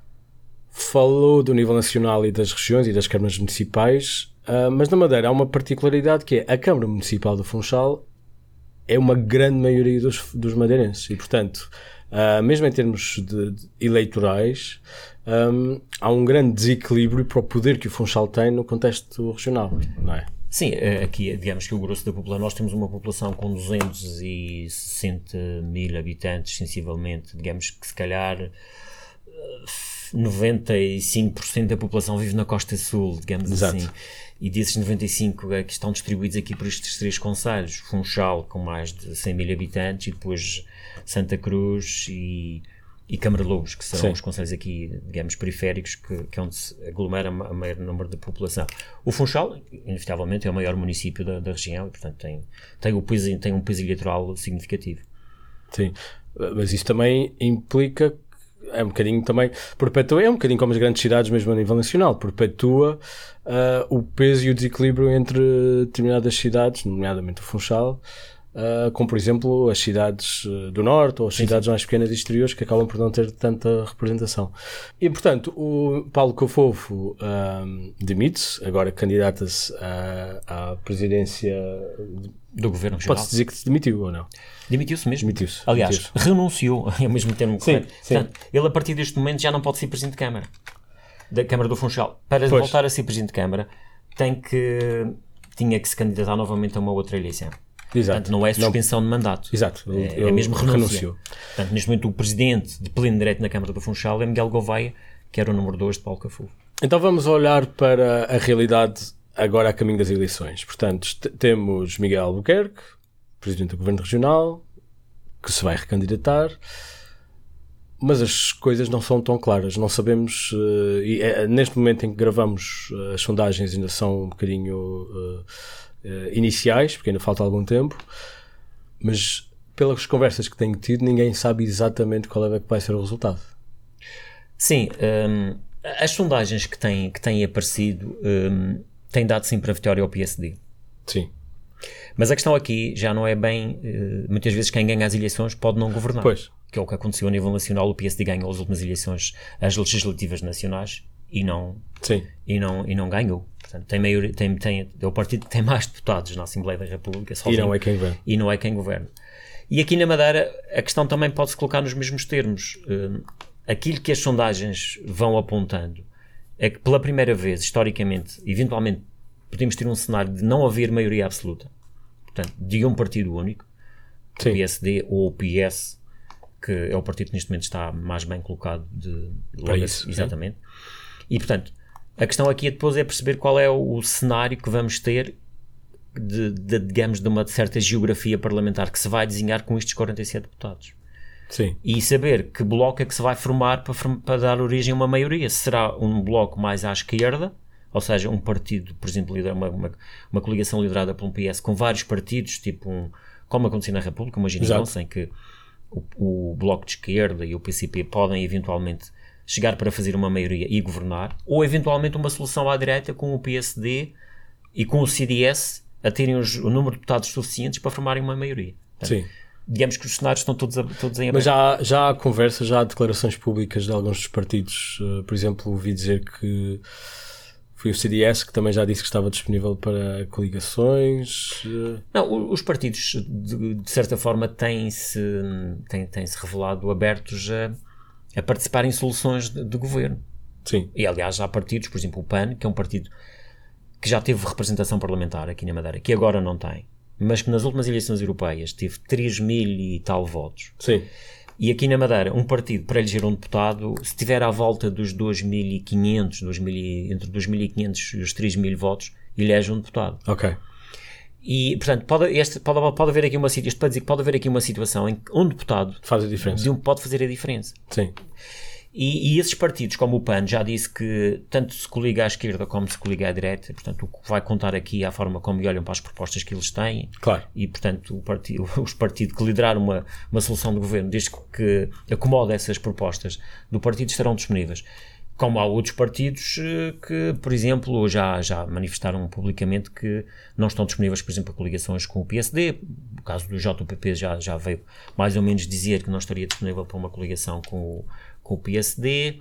falou do nível nacional e das regiões e das câmaras municipais, uh, mas na Madeira há uma particularidade que é a Câmara Municipal do Funchal é uma grande maioria dos, dos madeirenses e, portanto, uh, mesmo em termos de, de eleitorais, um, há um grande desequilíbrio para o poder que o Funchal tem no contexto regional, não é? Sim, aqui, digamos que o grosso da população, nós temos uma população com duzentos e sessenta mil habitantes, sensivelmente, digamos que se calhar noventa e cinco por cento da população vive na Costa Sul, digamos Exato. assim. E desses noventa e cinco por cento que estão distribuídos aqui por estes três concelhos, Funchal com mais de cem mil habitantes e depois Santa Cruz e, e Câmara Lobos, que serão Sim. os concelhos aqui, digamos, periféricos, que, que é onde se aglomera a maior número de população. O Funchal, inevitavelmente, é o maior município da, da região e, portanto, tem, tem, o peso, tem um peso eleitoral significativo. Sim, mas isso também implica é um bocadinho também, perpetua, é um bocadinho como as grandes cidades mesmo a nível nacional, perpetua uh, o peso e o desequilíbrio entre determinadas cidades, nomeadamente o Funchal, uh, como por exemplo as cidades do Norte ou as sim, cidades sim. mais pequenas e exteriores que acabam por não ter tanta representação. E portanto o Paulo Cafofo um, demite-se, agora candidata-se à, à presidência do Governo Regional. Pode-se dizer que se demitiu ou não? Demitiu-se mesmo. Demitiu-se. Aliás, demitiu-se. renunciou, é o mesmo termo correto. Sim, sim. Portanto, ele a partir deste momento já não pode ser Presidente de Câmara, da Câmara do Funchal. Para pois. voltar a ser Presidente de Câmara, tem que, tinha que se candidatar novamente a uma outra eleição. Exato. Portanto, não é suspensão não. de mandato. Exato. É, é mesmo renúncia. Renunciou. Portanto, neste momento o Presidente de pleno direito na Câmara do Funchal é Miguel Gouveia, que era o número dois de Paulo Cafofo. Então vamos olhar para a realidade agora a caminho das eleições. Portanto, t- temos Miguel Albuquerque, Presidente do Governo Regional, que se vai recandidatar, mas as coisas não são tão claras. Não sabemos, uh, e é, neste momento em que gravamos, uh, as sondagens ainda são um bocadinho uh, uh, iniciais, porque ainda falta algum tempo, mas pelas conversas que tenho tido, ninguém sabe exatamente qual é que vai ser o resultado. Sim, um, as sondagens que têm, que têm aparecido um, têm dado sempre a vitória ao P S D. Sim. Mas a questão aqui já não é bem, uh, muitas vezes quem ganha as eleições pode não governar. Pois. Que é o que aconteceu a nível nacional, o P S D ganhou as últimas eleições, as legislativas nacionais, e não, Sim. e não, e não ganhou. Portanto, tem maioria, tem, tem, é o partido que tem mais deputados na Assembleia da República. Sozinho, e não é quem governa. E não é quem governa. E aqui na Madeira a questão também pode-se colocar nos mesmos termos. Uh, aquilo que as sondagens vão apontando é que pela primeira vez, historicamente, eventualmente, podemos ter um cenário de não haver maioria absoluta. Portanto, de um partido único, o P S D ou o P S, que é o partido que neste momento está mais bem colocado de para isso. Exatamente. É? E, portanto, a questão aqui depois é perceber qual é o, o cenário que vamos ter de, de, digamos, de uma certa geografia parlamentar que se vai desenhar com estes quarenta e sete deputados. Sim. E saber que bloco é que se vai formar para, para dar origem a uma maioria. Será um bloco mais à esquerda, ou seja, um partido, por exemplo, uma, uma, uma coligação liderada por um P S com vários partidos, tipo um, como aconteceu na República, uma geringonça em que o, o Bloco de Esquerda e o P C P podem eventualmente chegar para fazer uma maioria e governar, ou eventualmente uma solução à direita com o P S D e com o C D S a terem os, o número de deputados suficientes para formarem uma maioria. Portanto, sim. Digamos que os cenários estão todos, a, todos em aberto. Mas já, já há conversas, já há declarações públicas de alguns dos partidos. Uh, por exemplo, ouvi dizer que foi o C D S que também já disse que estava disponível para coligações. Uh... Não, os partidos, de, de certa forma, têm-se têm, têm-se revelado abertos a, a participar em soluções de, de governo. Sim. E, aliás, há partidos, por exemplo, o P A N, que é um partido que já teve representação parlamentar aqui na Madeira, que agora não tem, mas que nas últimas eleições europeias teve três mil e tal votos. Sim. E aqui na Madeira, um partido para eleger um deputado, se tiver à volta dos dois mil e quinhentos, dois mil, entre dois mil e quinhentos e os três mil votos, elege um deputado. Ok. E, portanto, pode, este, pode, pode haver aqui uma situação, isto para dizer que pode haver aqui uma situação em que um deputado faz a diferença. De um, pode fazer a diferença. Sim. E, e esses partidos, como o P A N, já disse que tanto se coliga à esquerda como se coliga à direita, portanto, o que vai contar aqui é a forma como olham para as propostas que eles têm. Claro. E, portanto, o partido, os partidos que lideraram uma, uma solução de governo, desde que acomoda essas propostas do partido, estarão disponíveis. Como há outros partidos que, por exemplo, já, já manifestaram publicamente que não estão disponíveis, por exemplo, a coligações com o P S D. O caso do J P P já, já veio mais ou menos dizer que não estaria disponível para uma coligação com o com o P S D,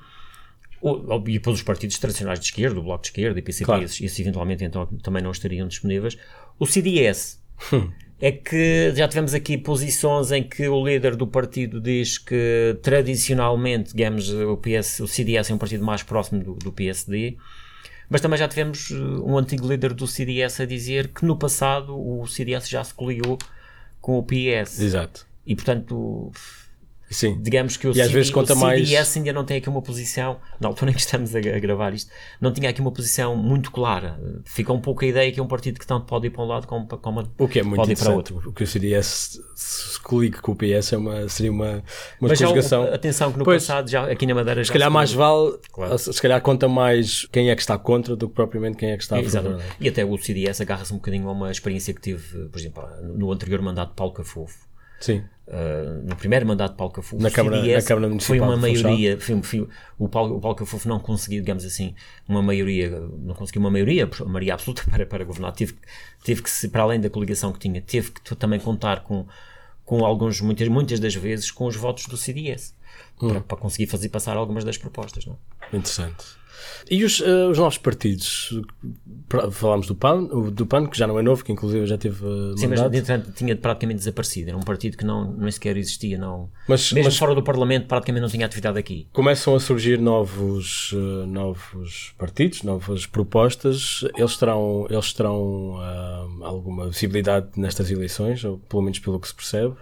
ou, e depois os partidos tradicionais de esquerda, o Bloco de Esquerda e P C P, claro. esses, esses eventualmente então também não estariam disponíveis. O C D S hum. é que já tivemos aqui posições em que o líder do partido diz que tradicionalmente, digamos, o, P S, o C D S é um partido mais próximo do, do P S D, mas também já tivemos um antigo líder do C D S a dizer que no passado o C D S já se coliou com o P S. Exato. E portanto... Sim. Digamos que o, e às C D, vezes conta o C D S mais... ainda não tem aqui uma posição, na altura em que estamos a, a gravar isto, não tinha aqui uma posição muito clara. Fica um pouco a ideia que é um partido que tanto pode ir para um lado como, como o que é muito pode ir para outro. O que o C D S se coligue com o P S é uma, seria uma, uma Mas conjugação. Já, atenção que no pois, passado, já, aqui na Madeira... Se já calhar se mais vale, claro. se calhar conta mais quem é que está contra do que propriamente quem é que está a favor. E até o C D S agarra-se um bocadinho a uma experiência que teve, por exemplo, no anterior mandato de Paulo Cafofo. Sim. Uh, no primeiro mandato de Paulo Cafofo, na Câmara, C D S na Câmara Municipal foi uma maioria, foi, foi, o, Paulo, o Paulo Cafofo não conseguiu, digamos assim, uma maioria, não conseguiu uma maioria, uma maioria absoluta para, para governar, teve, teve que, para além da coligação que tinha, teve que também contar com, com alguns, muitas, muitas das vezes, com os votos do C D S, hum. para, para conseguir fazer passar algumas das propostas. Não? Interessante. E os, uh, os novos partidos? Falámos do P A N, do P A N, que já não é novo, que inclusive já teve uh, Sim, mandato. mas entretanto tinha praticamente desaparecido. Era um partido que não, nem sequer existia. Não. Mas, Mesmo mas fora do Parlamento praticamente não tinha atividade aqui. Começam a surgir novos, uh, novos partidos, novas propostas. Eles terão, eles terão uh, alguma visibilidade nestas eleições, ou pelo menos pelo que se percebe?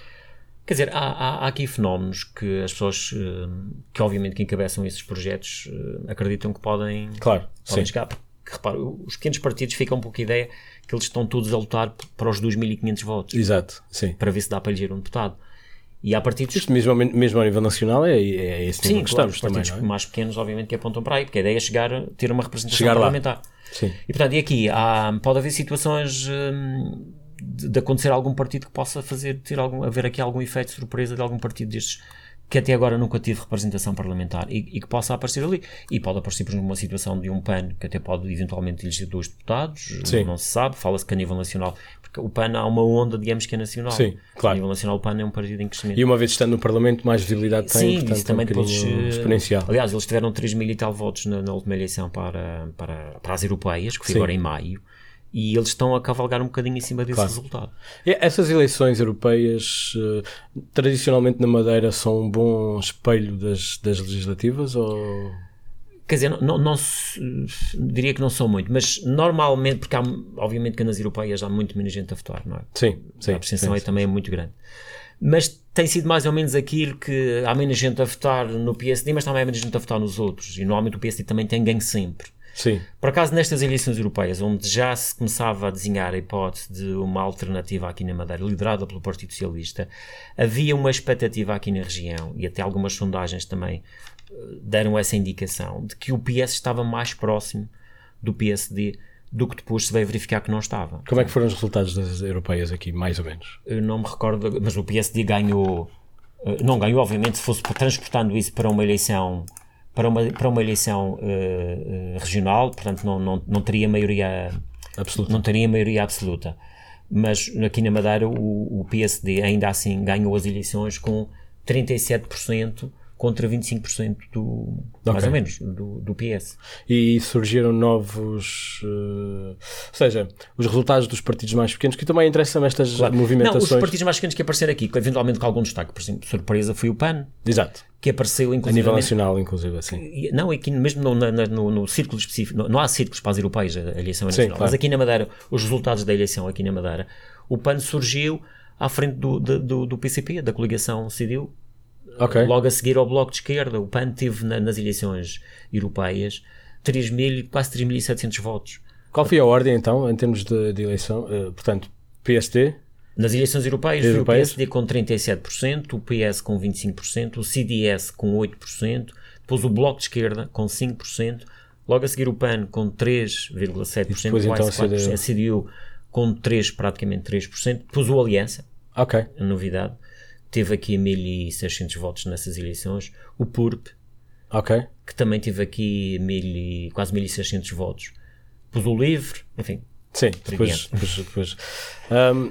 Quer dizer, há, há, há aqui fenómenos que as pessoas que obviamente que encabeçam esses projetos acreditam que podem, claro, podem sim. chegar. Porque, repara, os pequenos partidos ficam um pouco a ideia que eles estão todos a lutar para os dois mil e quinhentos votos. Exato, sim. Para ver se dá para eleger um deputado. E há partidos... Isto mesmo, mesmo a nível nacional é, é esse nível sim, que claro, estamos os partidos também, não é? mais pequenos obviamente que apontam para aí, porque a ideia é chegar a ter uma representação chegar parlamentar. Lá. Sim. E portanto, e aqui há, pode haver situações... Hum, De, de acontecer algum partido que possa fazer, ter algum, haver aqui algum efeito de surpresa de algum partido destes que até agora nunca tive representação parlamentar e, e que possa aparecer ali. E pode aparecer, por exemplo, uma situação de um P A N que até pode eventualmente eleger dois deputados, Sim. não se sabe, fala-se que a nível nacional, porque o P A N há uma onda, digamos, que é nacional. Sim, claro. A nível nacional o P A N é um partido em crescimento. E uma vez estando no Parlamento, mais visibilidade tem, Sim, portanto, isso também é um depois, exponencial. Aliás, eles tiveram três mil e tal votos na, na última eleição para, para, para as europeias, que foi Sim. agora em maio. E eles estão a cavalgar um bocadinho em cima desse claro. resultado. E essas eleições europeias, uh, tradicionalmente na Madeira, são um bom espelho das, das legislativas? Ou... Quer dizer, não, não, não diria que não são muito, mas normalmente, porque há, obviamente que nas europeias há muito menos gente a votar, não é? Sim, sim. A abstenção sim, aí sim, também sim. é muito grande. Mas tem sido mais ou menos aquilo que há menos gente a votar no P S D, mas também há menos gente a votar nos outros. E normalmente o P S D também tem ganho sempre. Sim. Por acaso, nestas eleições europeias, onde já se começava a desenhar a hipótese de uma alternativa aqui na Madeira, liderada pelo Partido Socialista, havia uma expectativa aqui na região, e até algumas sondagens também deram essa indicação, de que o P S estava mais próximo do P S D do que depois se veio verificar que não estava. Como é que foram os resultados das europeias aqui, mais ou menos? Eu não me recordo, mas o P S D ganhou Não ganhou, obviamente, se fosse transportando isso para uma eleição, para uma, para uma eleição uh, uh, regional, portanto não, não, não teria maioria absoluta. Não teria maioria absoluta. Mas aqui na Madeira o, o P S D ainda assim ganhou as eleições com trinta e sete por cento contra vinte e cinco por cento do, okay. mais ou menos, do, do P S. E surgiram novos, uh, ou seja, os resultados dos partidos mais pequenos, que também interessam estas claro. movimentações. Não, os partidos mais pequenos que apareceram aqui, eventualmente com algum destaque, por exemplo, surpresa foi o P A N. Exato. Que apareceu inclusive... A nível nacional, inclusive, assim. Não, aqui mesmo no, no, no, no círculo específico, não, não há círculos para as europeias, a eleição é nacional, Sim, claro. Mas aqui na Madeira, os resultados da eleição aqui na Madeira, o P A N surgiu à frente do, do, do P C P, da coligação C D U. Okay. Logo a seguir ao Bloco de Esquerda, o P A N teve na, nas eleições europeias três mil, quase três mil e setecentos votos. Qual foi a ordem então, em termos de, de eleição? Uh, portanto, P S D? Nas eleições europeias, europeias foi o P S D com trinta e sete por cento, o P S com vinte e cinco por cento, o C D S com oito por cento, depois o Bloco de Esquerda com cinco por cento, logo a seguir o P A N com três vírgula sete por cento, depois, então, quatro por cento, a C D U com três, praticamente três por cento, depois o Aliança, okay. a novidade, teve aqui mil e seiscentos votos nessas eleições, o P U R P, okay. que também teve aqui mil e, quase mil e seiscentos votos, depois o LIVRE, enfim. Sim, depois, depois, depois. Um,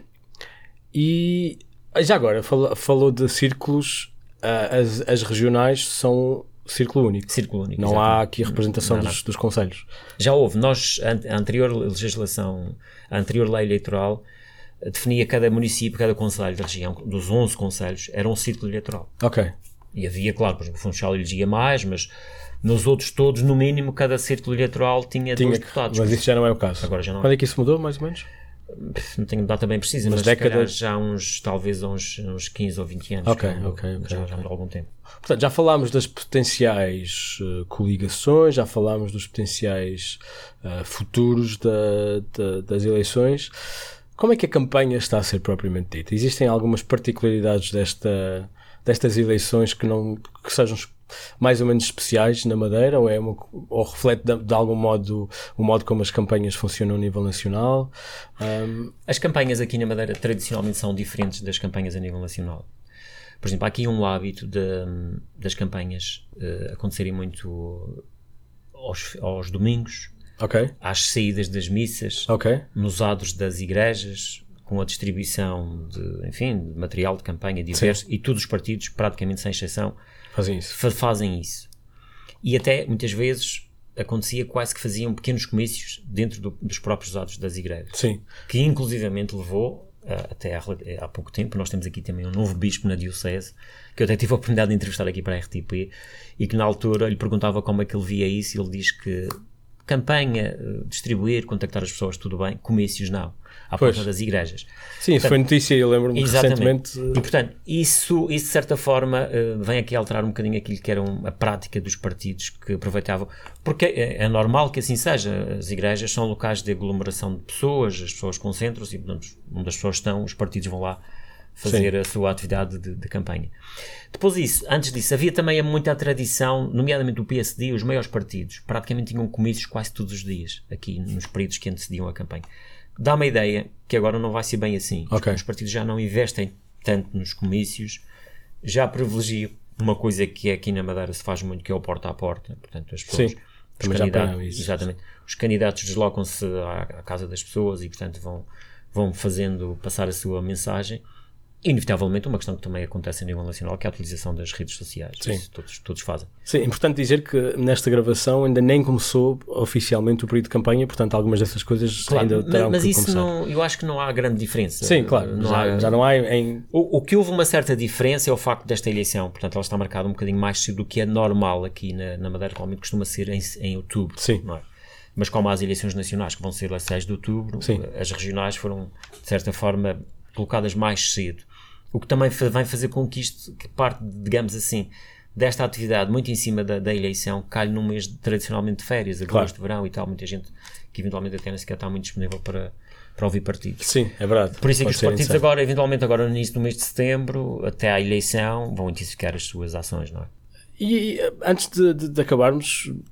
e já agora, falou, falou de círculos, uh, as, as regionais são círculo único. Círculo único, não exatamente. Há aqui a representação não, não. Dos, dos concelhos. Já houve, nós, a anterior legislação, a anterior lei eleitoral, definia cada município, cada concelho da região, dos onze concelhos, era um círculo eleitoral. Ok. E havia, claro, por exemplo, o Funchal elegia mais, mas nos outros todos, no mínimo, cada círculo eleitoral tinha, tinha dois deputados. Mas isso já não é o caso. Agora já não. Quando é que isso mudou, mais ou menos? Não tenho data bem precisa, mas, mas décadas... já há uns, talvez uns, uns quinze ou vinte anos. Ok, ok, ok. Já, okay. já há algum tempo. Portanto, já falámos das potenciais uh, coligações, já falámos dos potenciais uh, futuros da, da, das eleições. Como é que a campanha está a ser propriamente dita? Existem algumas particularidades desta, destas eleições que, não, que sejam mais ou menos especiais na Madeira, ou, é uma, ou reflete de, de algum modo o modo como as campanhas funcionam a nível nacional? Um... As campanhas aqui na Madeira tradicionalmente são diferentes das campanhas a nível nacional. Por exemplo, há aqui um hábito de, das campanhas uh, acontecerem muito aos, aos domingos, okay. às saídas das missas, okay. nos adros das igrejas, com a distribuição de, enfim, de material de campanha diverso. Sim. E todos os partidos, praticamente sem exceção, fazem isso. Fa- fazem isso. E até, muitas vezes, acontecia quase que faziam pequenos comícios dentro do, dos próprios adros das igrejas. Sim. Que, inclusivamente, levou, uh, até há, há pouco tempo, nós temos aqui também um novo bispo na diocese, que eu até tive a oportunidade de entrevistar aqui para a R T P, e que na altura lhe perguntava como é que ele via isso, e ele diz que campanha, distribuir, contactar as pessoas, tudo bem, comícios não, à porta das igrejas. Sim, isso foi notícia, eu lembro-me exatamente. recentemente. E portanto, isso, isso de certa forma vem aqui alterar um bocadinho aquilo que era a prática dos partidos que aproveitavam, porque é, é normal que assim seja, as igrejas são locais de aglomeração de pessoas, as pessoas concentram-se e portanto, onde as pessoas estão, os partidos vão lá fazer Sim. a sua atividade de, de campanha. Depois disso, antes disso, havia também muita tradição, nomeadamente o P S D, os maiores partidos, praticamente tinham comícios quase todos os dias, aqui nos períodos que antecediam a campanha. Dá uma ideia que agora não vai ser bem assim. Okay. Os partidos já não investem tanto nos comícios, já privilegiam uma coisa que aqui na Madeira se faz muito, que é o porta a porta. Portanto, as pessoas, Sim, os candidatos, isso. Exatamente, os candidatos deslocam-se à, à casa das pessoas e, portanto, vão, vão fazendo passar a sua mensagem. Inevitavelmente uma questão que também acontece a nível nacional, que é a utilização das redes sociais. Sim. Isso todos, todos fazem. Sim, é importante dizer que nesta gravação ainda nem começou oficialmente o período de campanha, portanto algumas dessas coisas claro, ainda terão mas que isso começar. Não, eu acho que não há grande diferença. Sim, claro, não já, há, já não há em... O, o que houve uma certa diferença é o facto desta eleição, portanto ela está marcada um bocadinho mais cedo do que é normal aqui na, na Madeira, normalmente costuma ser em, em outubro. Sim. Não é? Mas como há as eleições nacionais que vão ser a seis de outubro, Sim. as regionais foram de certa forma colocadas mais cedo. O que também vai fazer com que isto, que parte, digamos assim, desta atividade muito em cima da, da eleição, calhe num mês de, tradicionalmente de férias, agosto, claro. de verão e tal, muita gente que eventualmente até nem sequer está muito disponível para, para ouvir partidos. Sim, é verdade. Por isso é que os partidos agora, eventualmente agora no início do mês de setembro, até à eleição, vão intensificar as suas ações, não é? E, e antes de, de, de acabarmos,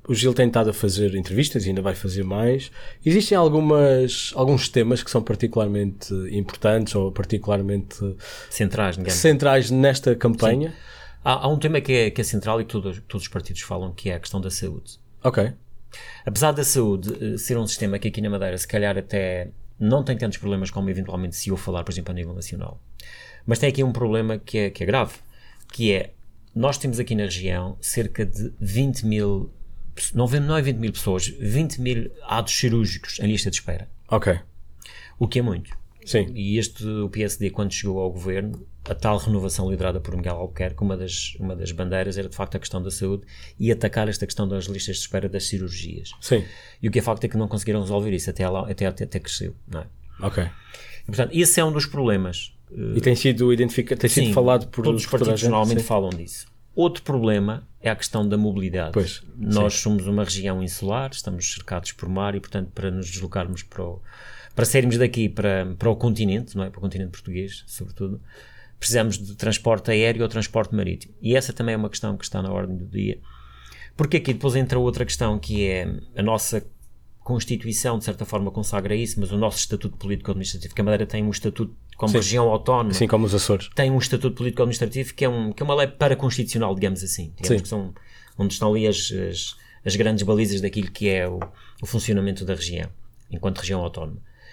o Gil tem estado a fazer entrevistas e ainda vai fazer mais. Existem algumas, alguns temas que são particularmente importantes ou particularmente centrais, centrais nesta campanha? Há, há um tema que é, que é central e que todos, todos os partidos falam, que é a questão da saúde. Ok. Apesar da saúde ser um sistema que aqui na Madeira se calhar até não tem tantos problemas como eventualmente se eu falar, por exemplo, a nível nacional. Mas tem aqui um problema que é, que é grave, que é, nós temos aqui na região cerca de vinte mil, não, não é vinte mil pessoas, vinte mil atos cirúrgicos em lista de espera. Ok. O que é muito. Sim. E este, o P S D, quando chegou ao governo, a tal renovação liderada por Miguel Albuquerque, uma das, uma das bandeiras era de facto a questão da saúde e atacar esta questão das listas de espera das cirurgias. Sim. E o que é facto é que não conseguiram resolver isso, até, lá, até, até, até cresceu, não é? Ok. E, portanto, esse é um dos problemas. E tem sido identificado, tem sido Sim, falado por todos os por partidos normalmente sim. falam disso. Outro problema é a questão da mobilidade. Pois, Nós sim. somos uma região insular, estamos cercados por mar e, portanto, para nos deslocarmos para o, para sairmos daqui para, para o continente, não é? Para o continente português, sobretudo, precisamos de transporte aéreo ou transporte marítimo. E essa também é uma questão que está na ordem do dia. Porque aqui depois entra outra questão, que é a nossa Constituição, de certa forma, consagra isso, mas o nosso Estatuto Político-Administrativo, que a Madeira tem um estatuto como Sim. região autónoma, assim como os Açores, tem um Estatuto Político-Administrativo que é, um, que é uma lei paraconstitucional, digamos assim, digamos que são, onde estão ali as, as, as grandes balizas daquilo que é o, o funcionamento da região, enquanto região autónoma.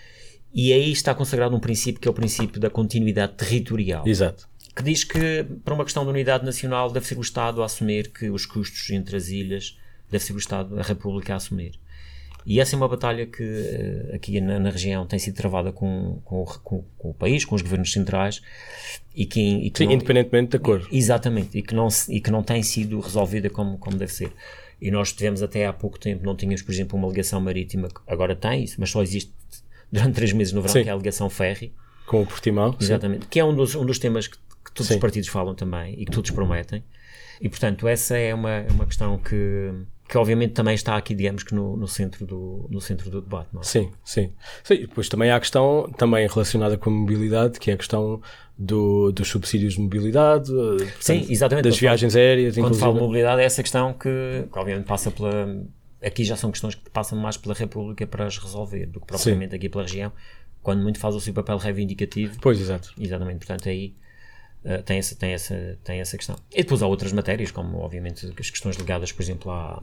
E aí está consagrado um princípio que é o princípio da continuidade territorial. Exato. Que diz que, para uma questão de unidade nacional, deve ser o Estado a assumir que os custos entre as ilhas, deve ser o Estado, a República, a assumir. E essa é uma batalha que uh, aqui na, na região tem sido travada com, com, com, com o país, com os governos centrais, e que, e que Sim, não, independentemente da cor. Exatamente, e que não, e que não tem sido resolvida como, como deve ser. E nós tivemos até há pouco tempo, não tínhamos, por exemplo, uma ligação marítima, que agora tem isso, mas só existe durante três meses no verão, sim. que é a ligação ferry. Com o Portimão. Exatamente, sim. Que é um dos, um dos temas que, que todos sim. os partidos falam também, e que todos prometem. E, portanto, essa é uma, uma questão que... que obviamente também está aqui, digamos que no, no, centro, do, no centro do debate, não é? Sim, sim. Sim, depois também há a questão, também relacionada com a mobilidade, que é a questão do, dos subsídios de mobilidade, portanto, sim, exatamente, das viagens falo, aéreas, quando inclusive. falo de mobilidade é essa questão que, que obviamente passa pela... Aqui já são questões que passam mais pela República para as resolver, do que propriamente sim. aqui pela região, quando muito faz o seu papel reivindicativo. Pois, exato. Exatamente, portanto aí... Uh, tem, essa, tem, essa, tem essa questão. E depois há outras matérias, como obviamente as questões ligadas, por exemplo, à,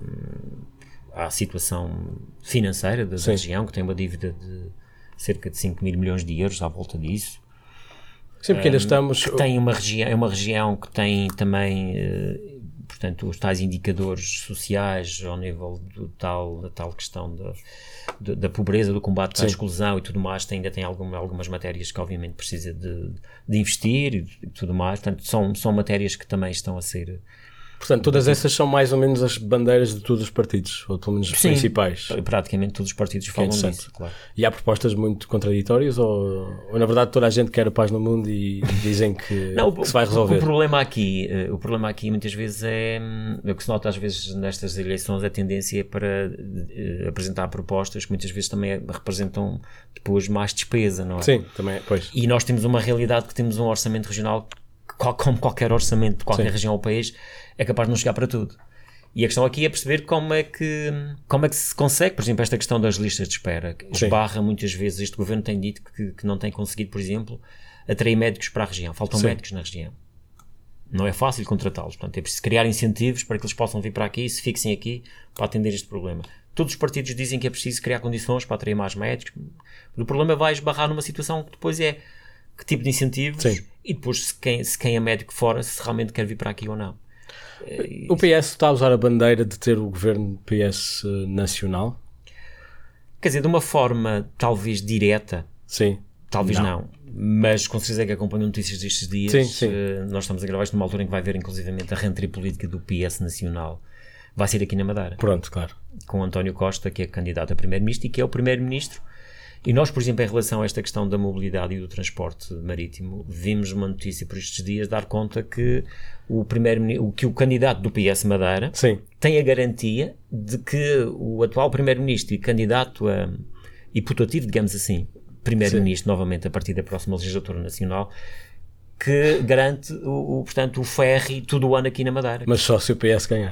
à situação financeira da, da região, que tem uma dívida de cerca de cinco mil milhões de euros à volta disso. Sim, porque ainda estamos... Que tem uma região, é uma região que tem também, uh, portanto, os tais indicadores sociais ao nível do tal, da tal questão da, da, da pobreza, do combate à exclusão e tudo mais, tem, ainda tem alguma, algumas matérias que obviamente precisa de, de investir e, e tudo mais, portanto, são, são matérias que também estão a ser... Portanto, todas essas são mais ou menos as bandeiras de todos os partidos, ou pelo menos os sim, principais. Praticamente todos os partidos falam é disso, claro. E há propostas muito contraditórias, ou, ou na verdade toda a gente quer a paz no mundo e dizem que, não, que se vai resolver? O problema aqui, o problema aqui muitas vezes é, o que se nota às vezes nestas eleições, a tendência é para uh, apresentar propostas que muitas vezes também representam depois mais despesa, não é? Sim, também, pois. E nós temos uma realidade que temos um orçamento regional, como qualquer orçamento de qualquer sim. região ou país, é capaz de não chegar para tudo. E a questão aqui é perceber como é que, como é que se consegue, por exemplo, esta questão das listas de espera. Esbarra muitas vezes, este governo tem dito que, que não tem conseguido, por exemplo, atrair médicos para a região. Faltam sim. médicos na região. Não é fácil contratá-los. Portanto, é preciso criar incentivos para que eles possam vir para aqui e se fixem aqui para atender este problema. Todos os partidos dizem que é preciso criar condições para atrair mais médicos. O problema vai esbarrar numa situação que depois é que tipo de incentivos sim. e depois se quem, se quem é médico fora, se realmente quer vir para aqui ou não. O P S está a usar a bandeira de ter o governo P S nacional? Quer dizer, de uma forma talvez direta. Sim. Talvez não. não. Mas com certeza que acompanho notícias destes dias. Sim, sim. Nós estamos a gravar isto numa altura em que vai haver inclusivamente a rentrée política do P S nacional. Vai ser aqui na Madeira. Pronto, claro. Com António Costa, que é candidato a primeiro-ministro e que é o primeiro-ministro. E nós, por exemplo, em relação a esta questão da mobilidade e do transporte marítimo, vimos uma notícia por estes dias dar conta que o, primeiro, que o candidato do P S Madeira sim. tem a garantia de que o atual primeiro-ministro e candidato a, e putativo, digamos assim, primeiro-ministro novamente a partir da próxima legislatura nacional, que garante o, o, portanto, o ferry todo o ano aqui na Madeira. Mas só se o P S ganhar.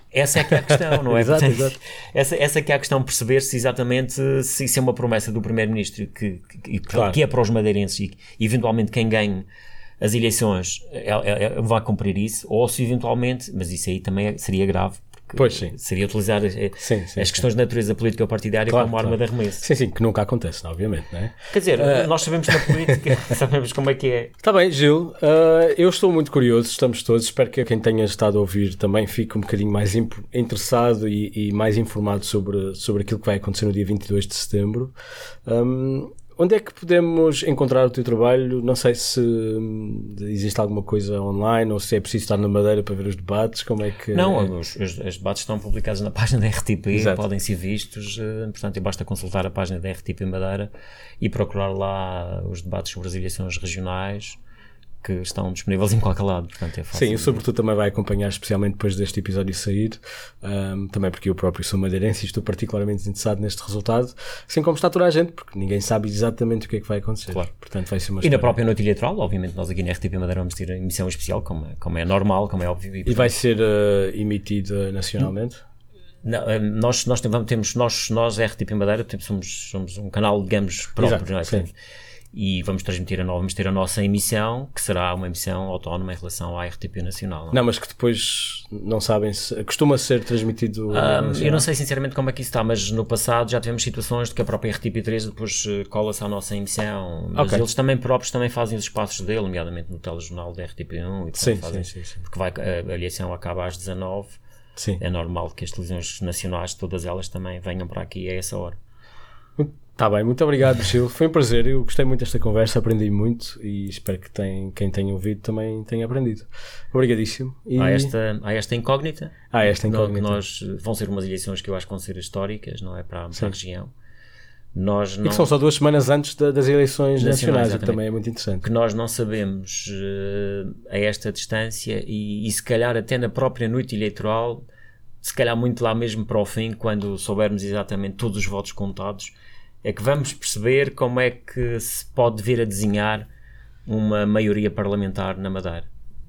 essa é que é a questão, não é? Exato, Portanto, exato. Essa, essa é que é a questão, perceber se exatamente se isso é uma promessa do Primeiro-Ministro que, que, Claro. que é para os madeirenses e eventualmente quem ganhe as eleições é, é, é, vai cumprir isso, ou se eventualmente, mas isso aí também seria grave, porque Pois, sim. seria utilizar as, Sim, sim, as sim. questões de natureza política ou partidária Claro, como arma claro. de arremesso. Sim, sim, que nunca acontece, obviamente, não é? Quer dizer, Uh, nós sabemos na política, sabemos como é que é. Está bem, Gil, uh, eu estou muito curioso, estamos todos, espero que quem tenha estado a ouvir também fique um bocadinho mais imp- interessado e, e mais informado sobre, sobre aquilo que vai acontecer no dia vinte e dois de setembro. Um, onde é que podemos encontrar o teu trabalho? Não sei se hum, existe alguma coisa online ou se é preciso estar na Madeira para ver os debates, como é que... Não, os, os, os debates estão publicados na página da R T P, Exato. podem ser vistos, uh, portanto basta consultar a página da R T P Madeira e procurar lá os debates sobre as eleições regionais que estão disponíveis em qualquer lado, portanto é fácil. Sim, eu sobretudo também vai acompanhar, especialmente depois deste episódio sair, um, também porque eu próprio sou madeirense e estou particularmente interessado neste resultado, assim como está toda a gente, porque ninguém sabe exatamente o que é que vai acontecer. Claro. Portanto, vai ser uma E história. na própria noite eleitoral, obviamente nós aqui na R T P Madeira vamos ter emissão especial, como é, como é normal, como é óbvio. E vai ser uh, emitido nacionalmente? Não, eh, nós, nós temos, temos nós, nós R T P Madeira temos, somos, somos um canal, digamos, próprio, Exato, não é? sim. E vamos transmitir a nova, vamos ter a nossa emissão, que será uma emissão autónoma em relação à R T P Nacional. Não? Não, mas que depois não sabem se... Costuma ser transmitido... Ah, nacional? eu não sei sinceramente como é que isso está, mas no passado já tivemos situações de que a própria R T P três depois eh, cola-se à nossa emissão, mas Ok. eles também próprios também fazem os espaços dele, nomeadamente no telejornal da R T P um, e Sim, fazem, sim, sim, sim. porque vai, a, a eleição acaba às dezanove, Sim. é normal que as televisões nacionais, todas elas também venham para aqui a essa hora. Está bem, muito obrigado, Gil. Foi um prazer, eu gostei muito desta conversa, aprendi muito e espero que tem, quem tenha ouvido também tenha aprendido. Obrigadíssimo. E... Há, esta, há esta incógnita, Ah, esta no- incógnita. que nós, vão ser umas eleições que eu acho que vão ser históricas, não é, para, a- para a região. Nós E não, que são só duas semanas antes da- das eleições Nacionais, nacionais, o que exatamente. também é muito interessante. que nós não sabemos eh, a esta distância e, e se calhar até na própria noite eleitoral, se calhar muito lá mesmo para o fim, quando soubermos exatamente todos os votos contados, é que vamos perceber como é que se pode vir a desenhar uma maioria parlamentar na Madeira.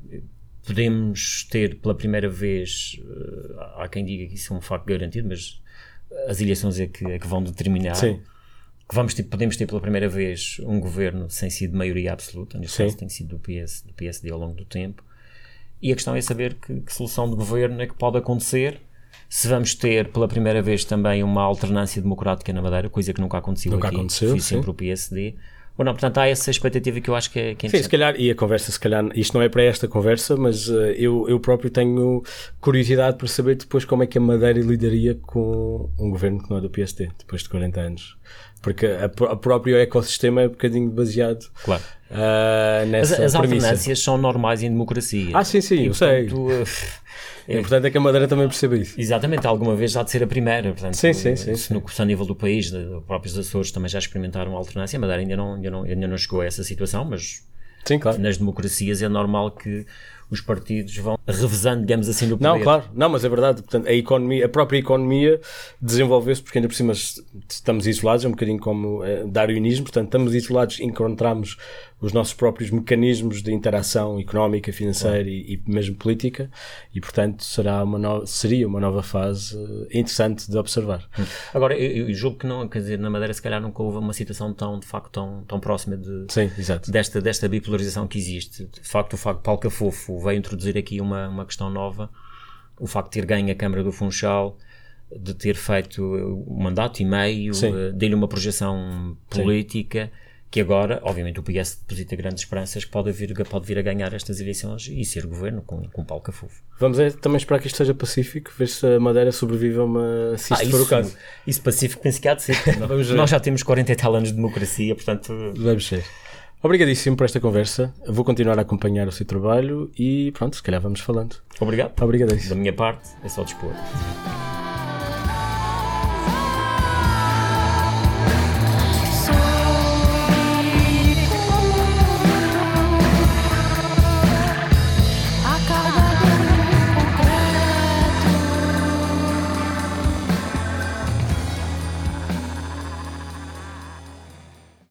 Podemos ter pela primeira vez, eh, há quem diga que isso é um facto garantido, mas as eleições é que, é que vão determinar Sim, que vamos ter, podemos ter pela primeira vez um governo sem sido de maioria absoluta, neste Sim. caso tem sido do P S, do P S D ao longo do tempo, e a questão é saber que, que solução de governo é que pode acontecer, se vamos ter pela primeira vez também uma alternância democrática na Madeira, coisa que nunca aconteceu Nunca aqui, aconteceu, foi sim. sempre o P S D, ou não, portanto há essa expectativa que eu acho que é, que é sim, interessante. se calhar, e a conversa, se calhar, isto não é para esta conversa, mas uh, eu, eu próprio tenho curiosidade para saber depois como é que a Madeira lidaria com um governo que não é do P S D, depois de quarenta anos. Porque a, a próprio ecossistema é um bocadinho baseado Claro. uh, As, nessa as premissa. alternâncias são normais em democracia. Ah, sim, sim, E, eu sei. portanto, eh, O importante é que a Madeira também perceba isso. Exatamente, alguma vez já de ser a primeira. Portanto, Sim, sim, sim, se sim. No, se a nível do país, de- os próprios Açores também já experimentaram a alternância. A Madeira ainda não, ainda, não, ainda não chegou a essa situação, mas Sim, claro. nas democracias é normal que os partidos vão revezando, digamos assim, no poder. Não, claro, não, mas é verdade. Portanto, a economia, a própria economia desenvolveu-se porque ainda por cima estamos isolados, é um bocadinho como é, darwinismo, portanto, estamos isolados, encontramos os nossos próprios mecanismos de interação económica, financeira e, e mesmo política, e portanto será uma nova, seria uma nova fase eh, interessante de observar. Agora, eu, eu julgo que não, quer dizer, na Madeira se calhar nunca houve uma situação tão, de facto, tão, tão próxima de, Sim, exato. desta, desta bipolarização que existe. De facto, o facto de Paulo Cafofo veio introduzir aqui uma, uma questão nova, o facto de ter ganho a Câmara do Funchal, de ter feito um mandato e meio, Sim. eh, dele uma projeção política, que agora, obviamente, o P S deposita grandes esperanças que pode vir, pode vir a ganhar estas eleições e ser governo com, com Paulo Cafofo. Vamos é, também esperar que isto seja pacífico, ver se a Madeira sobrevive a uma... se isto Ah, for o isso, caso. isso pacífico penso que há de ser. Vamos ver. Nós já temos quarenta e tal anos de democracia, portanto... Vamos ser. Obrigadíssimo por esta conversa. Eu vou continuar a acompanhar o seu trabalho e pronto, se calhar vamos falando. Obrigado. Obrigadíssimo. Da minha parte, é só dispor.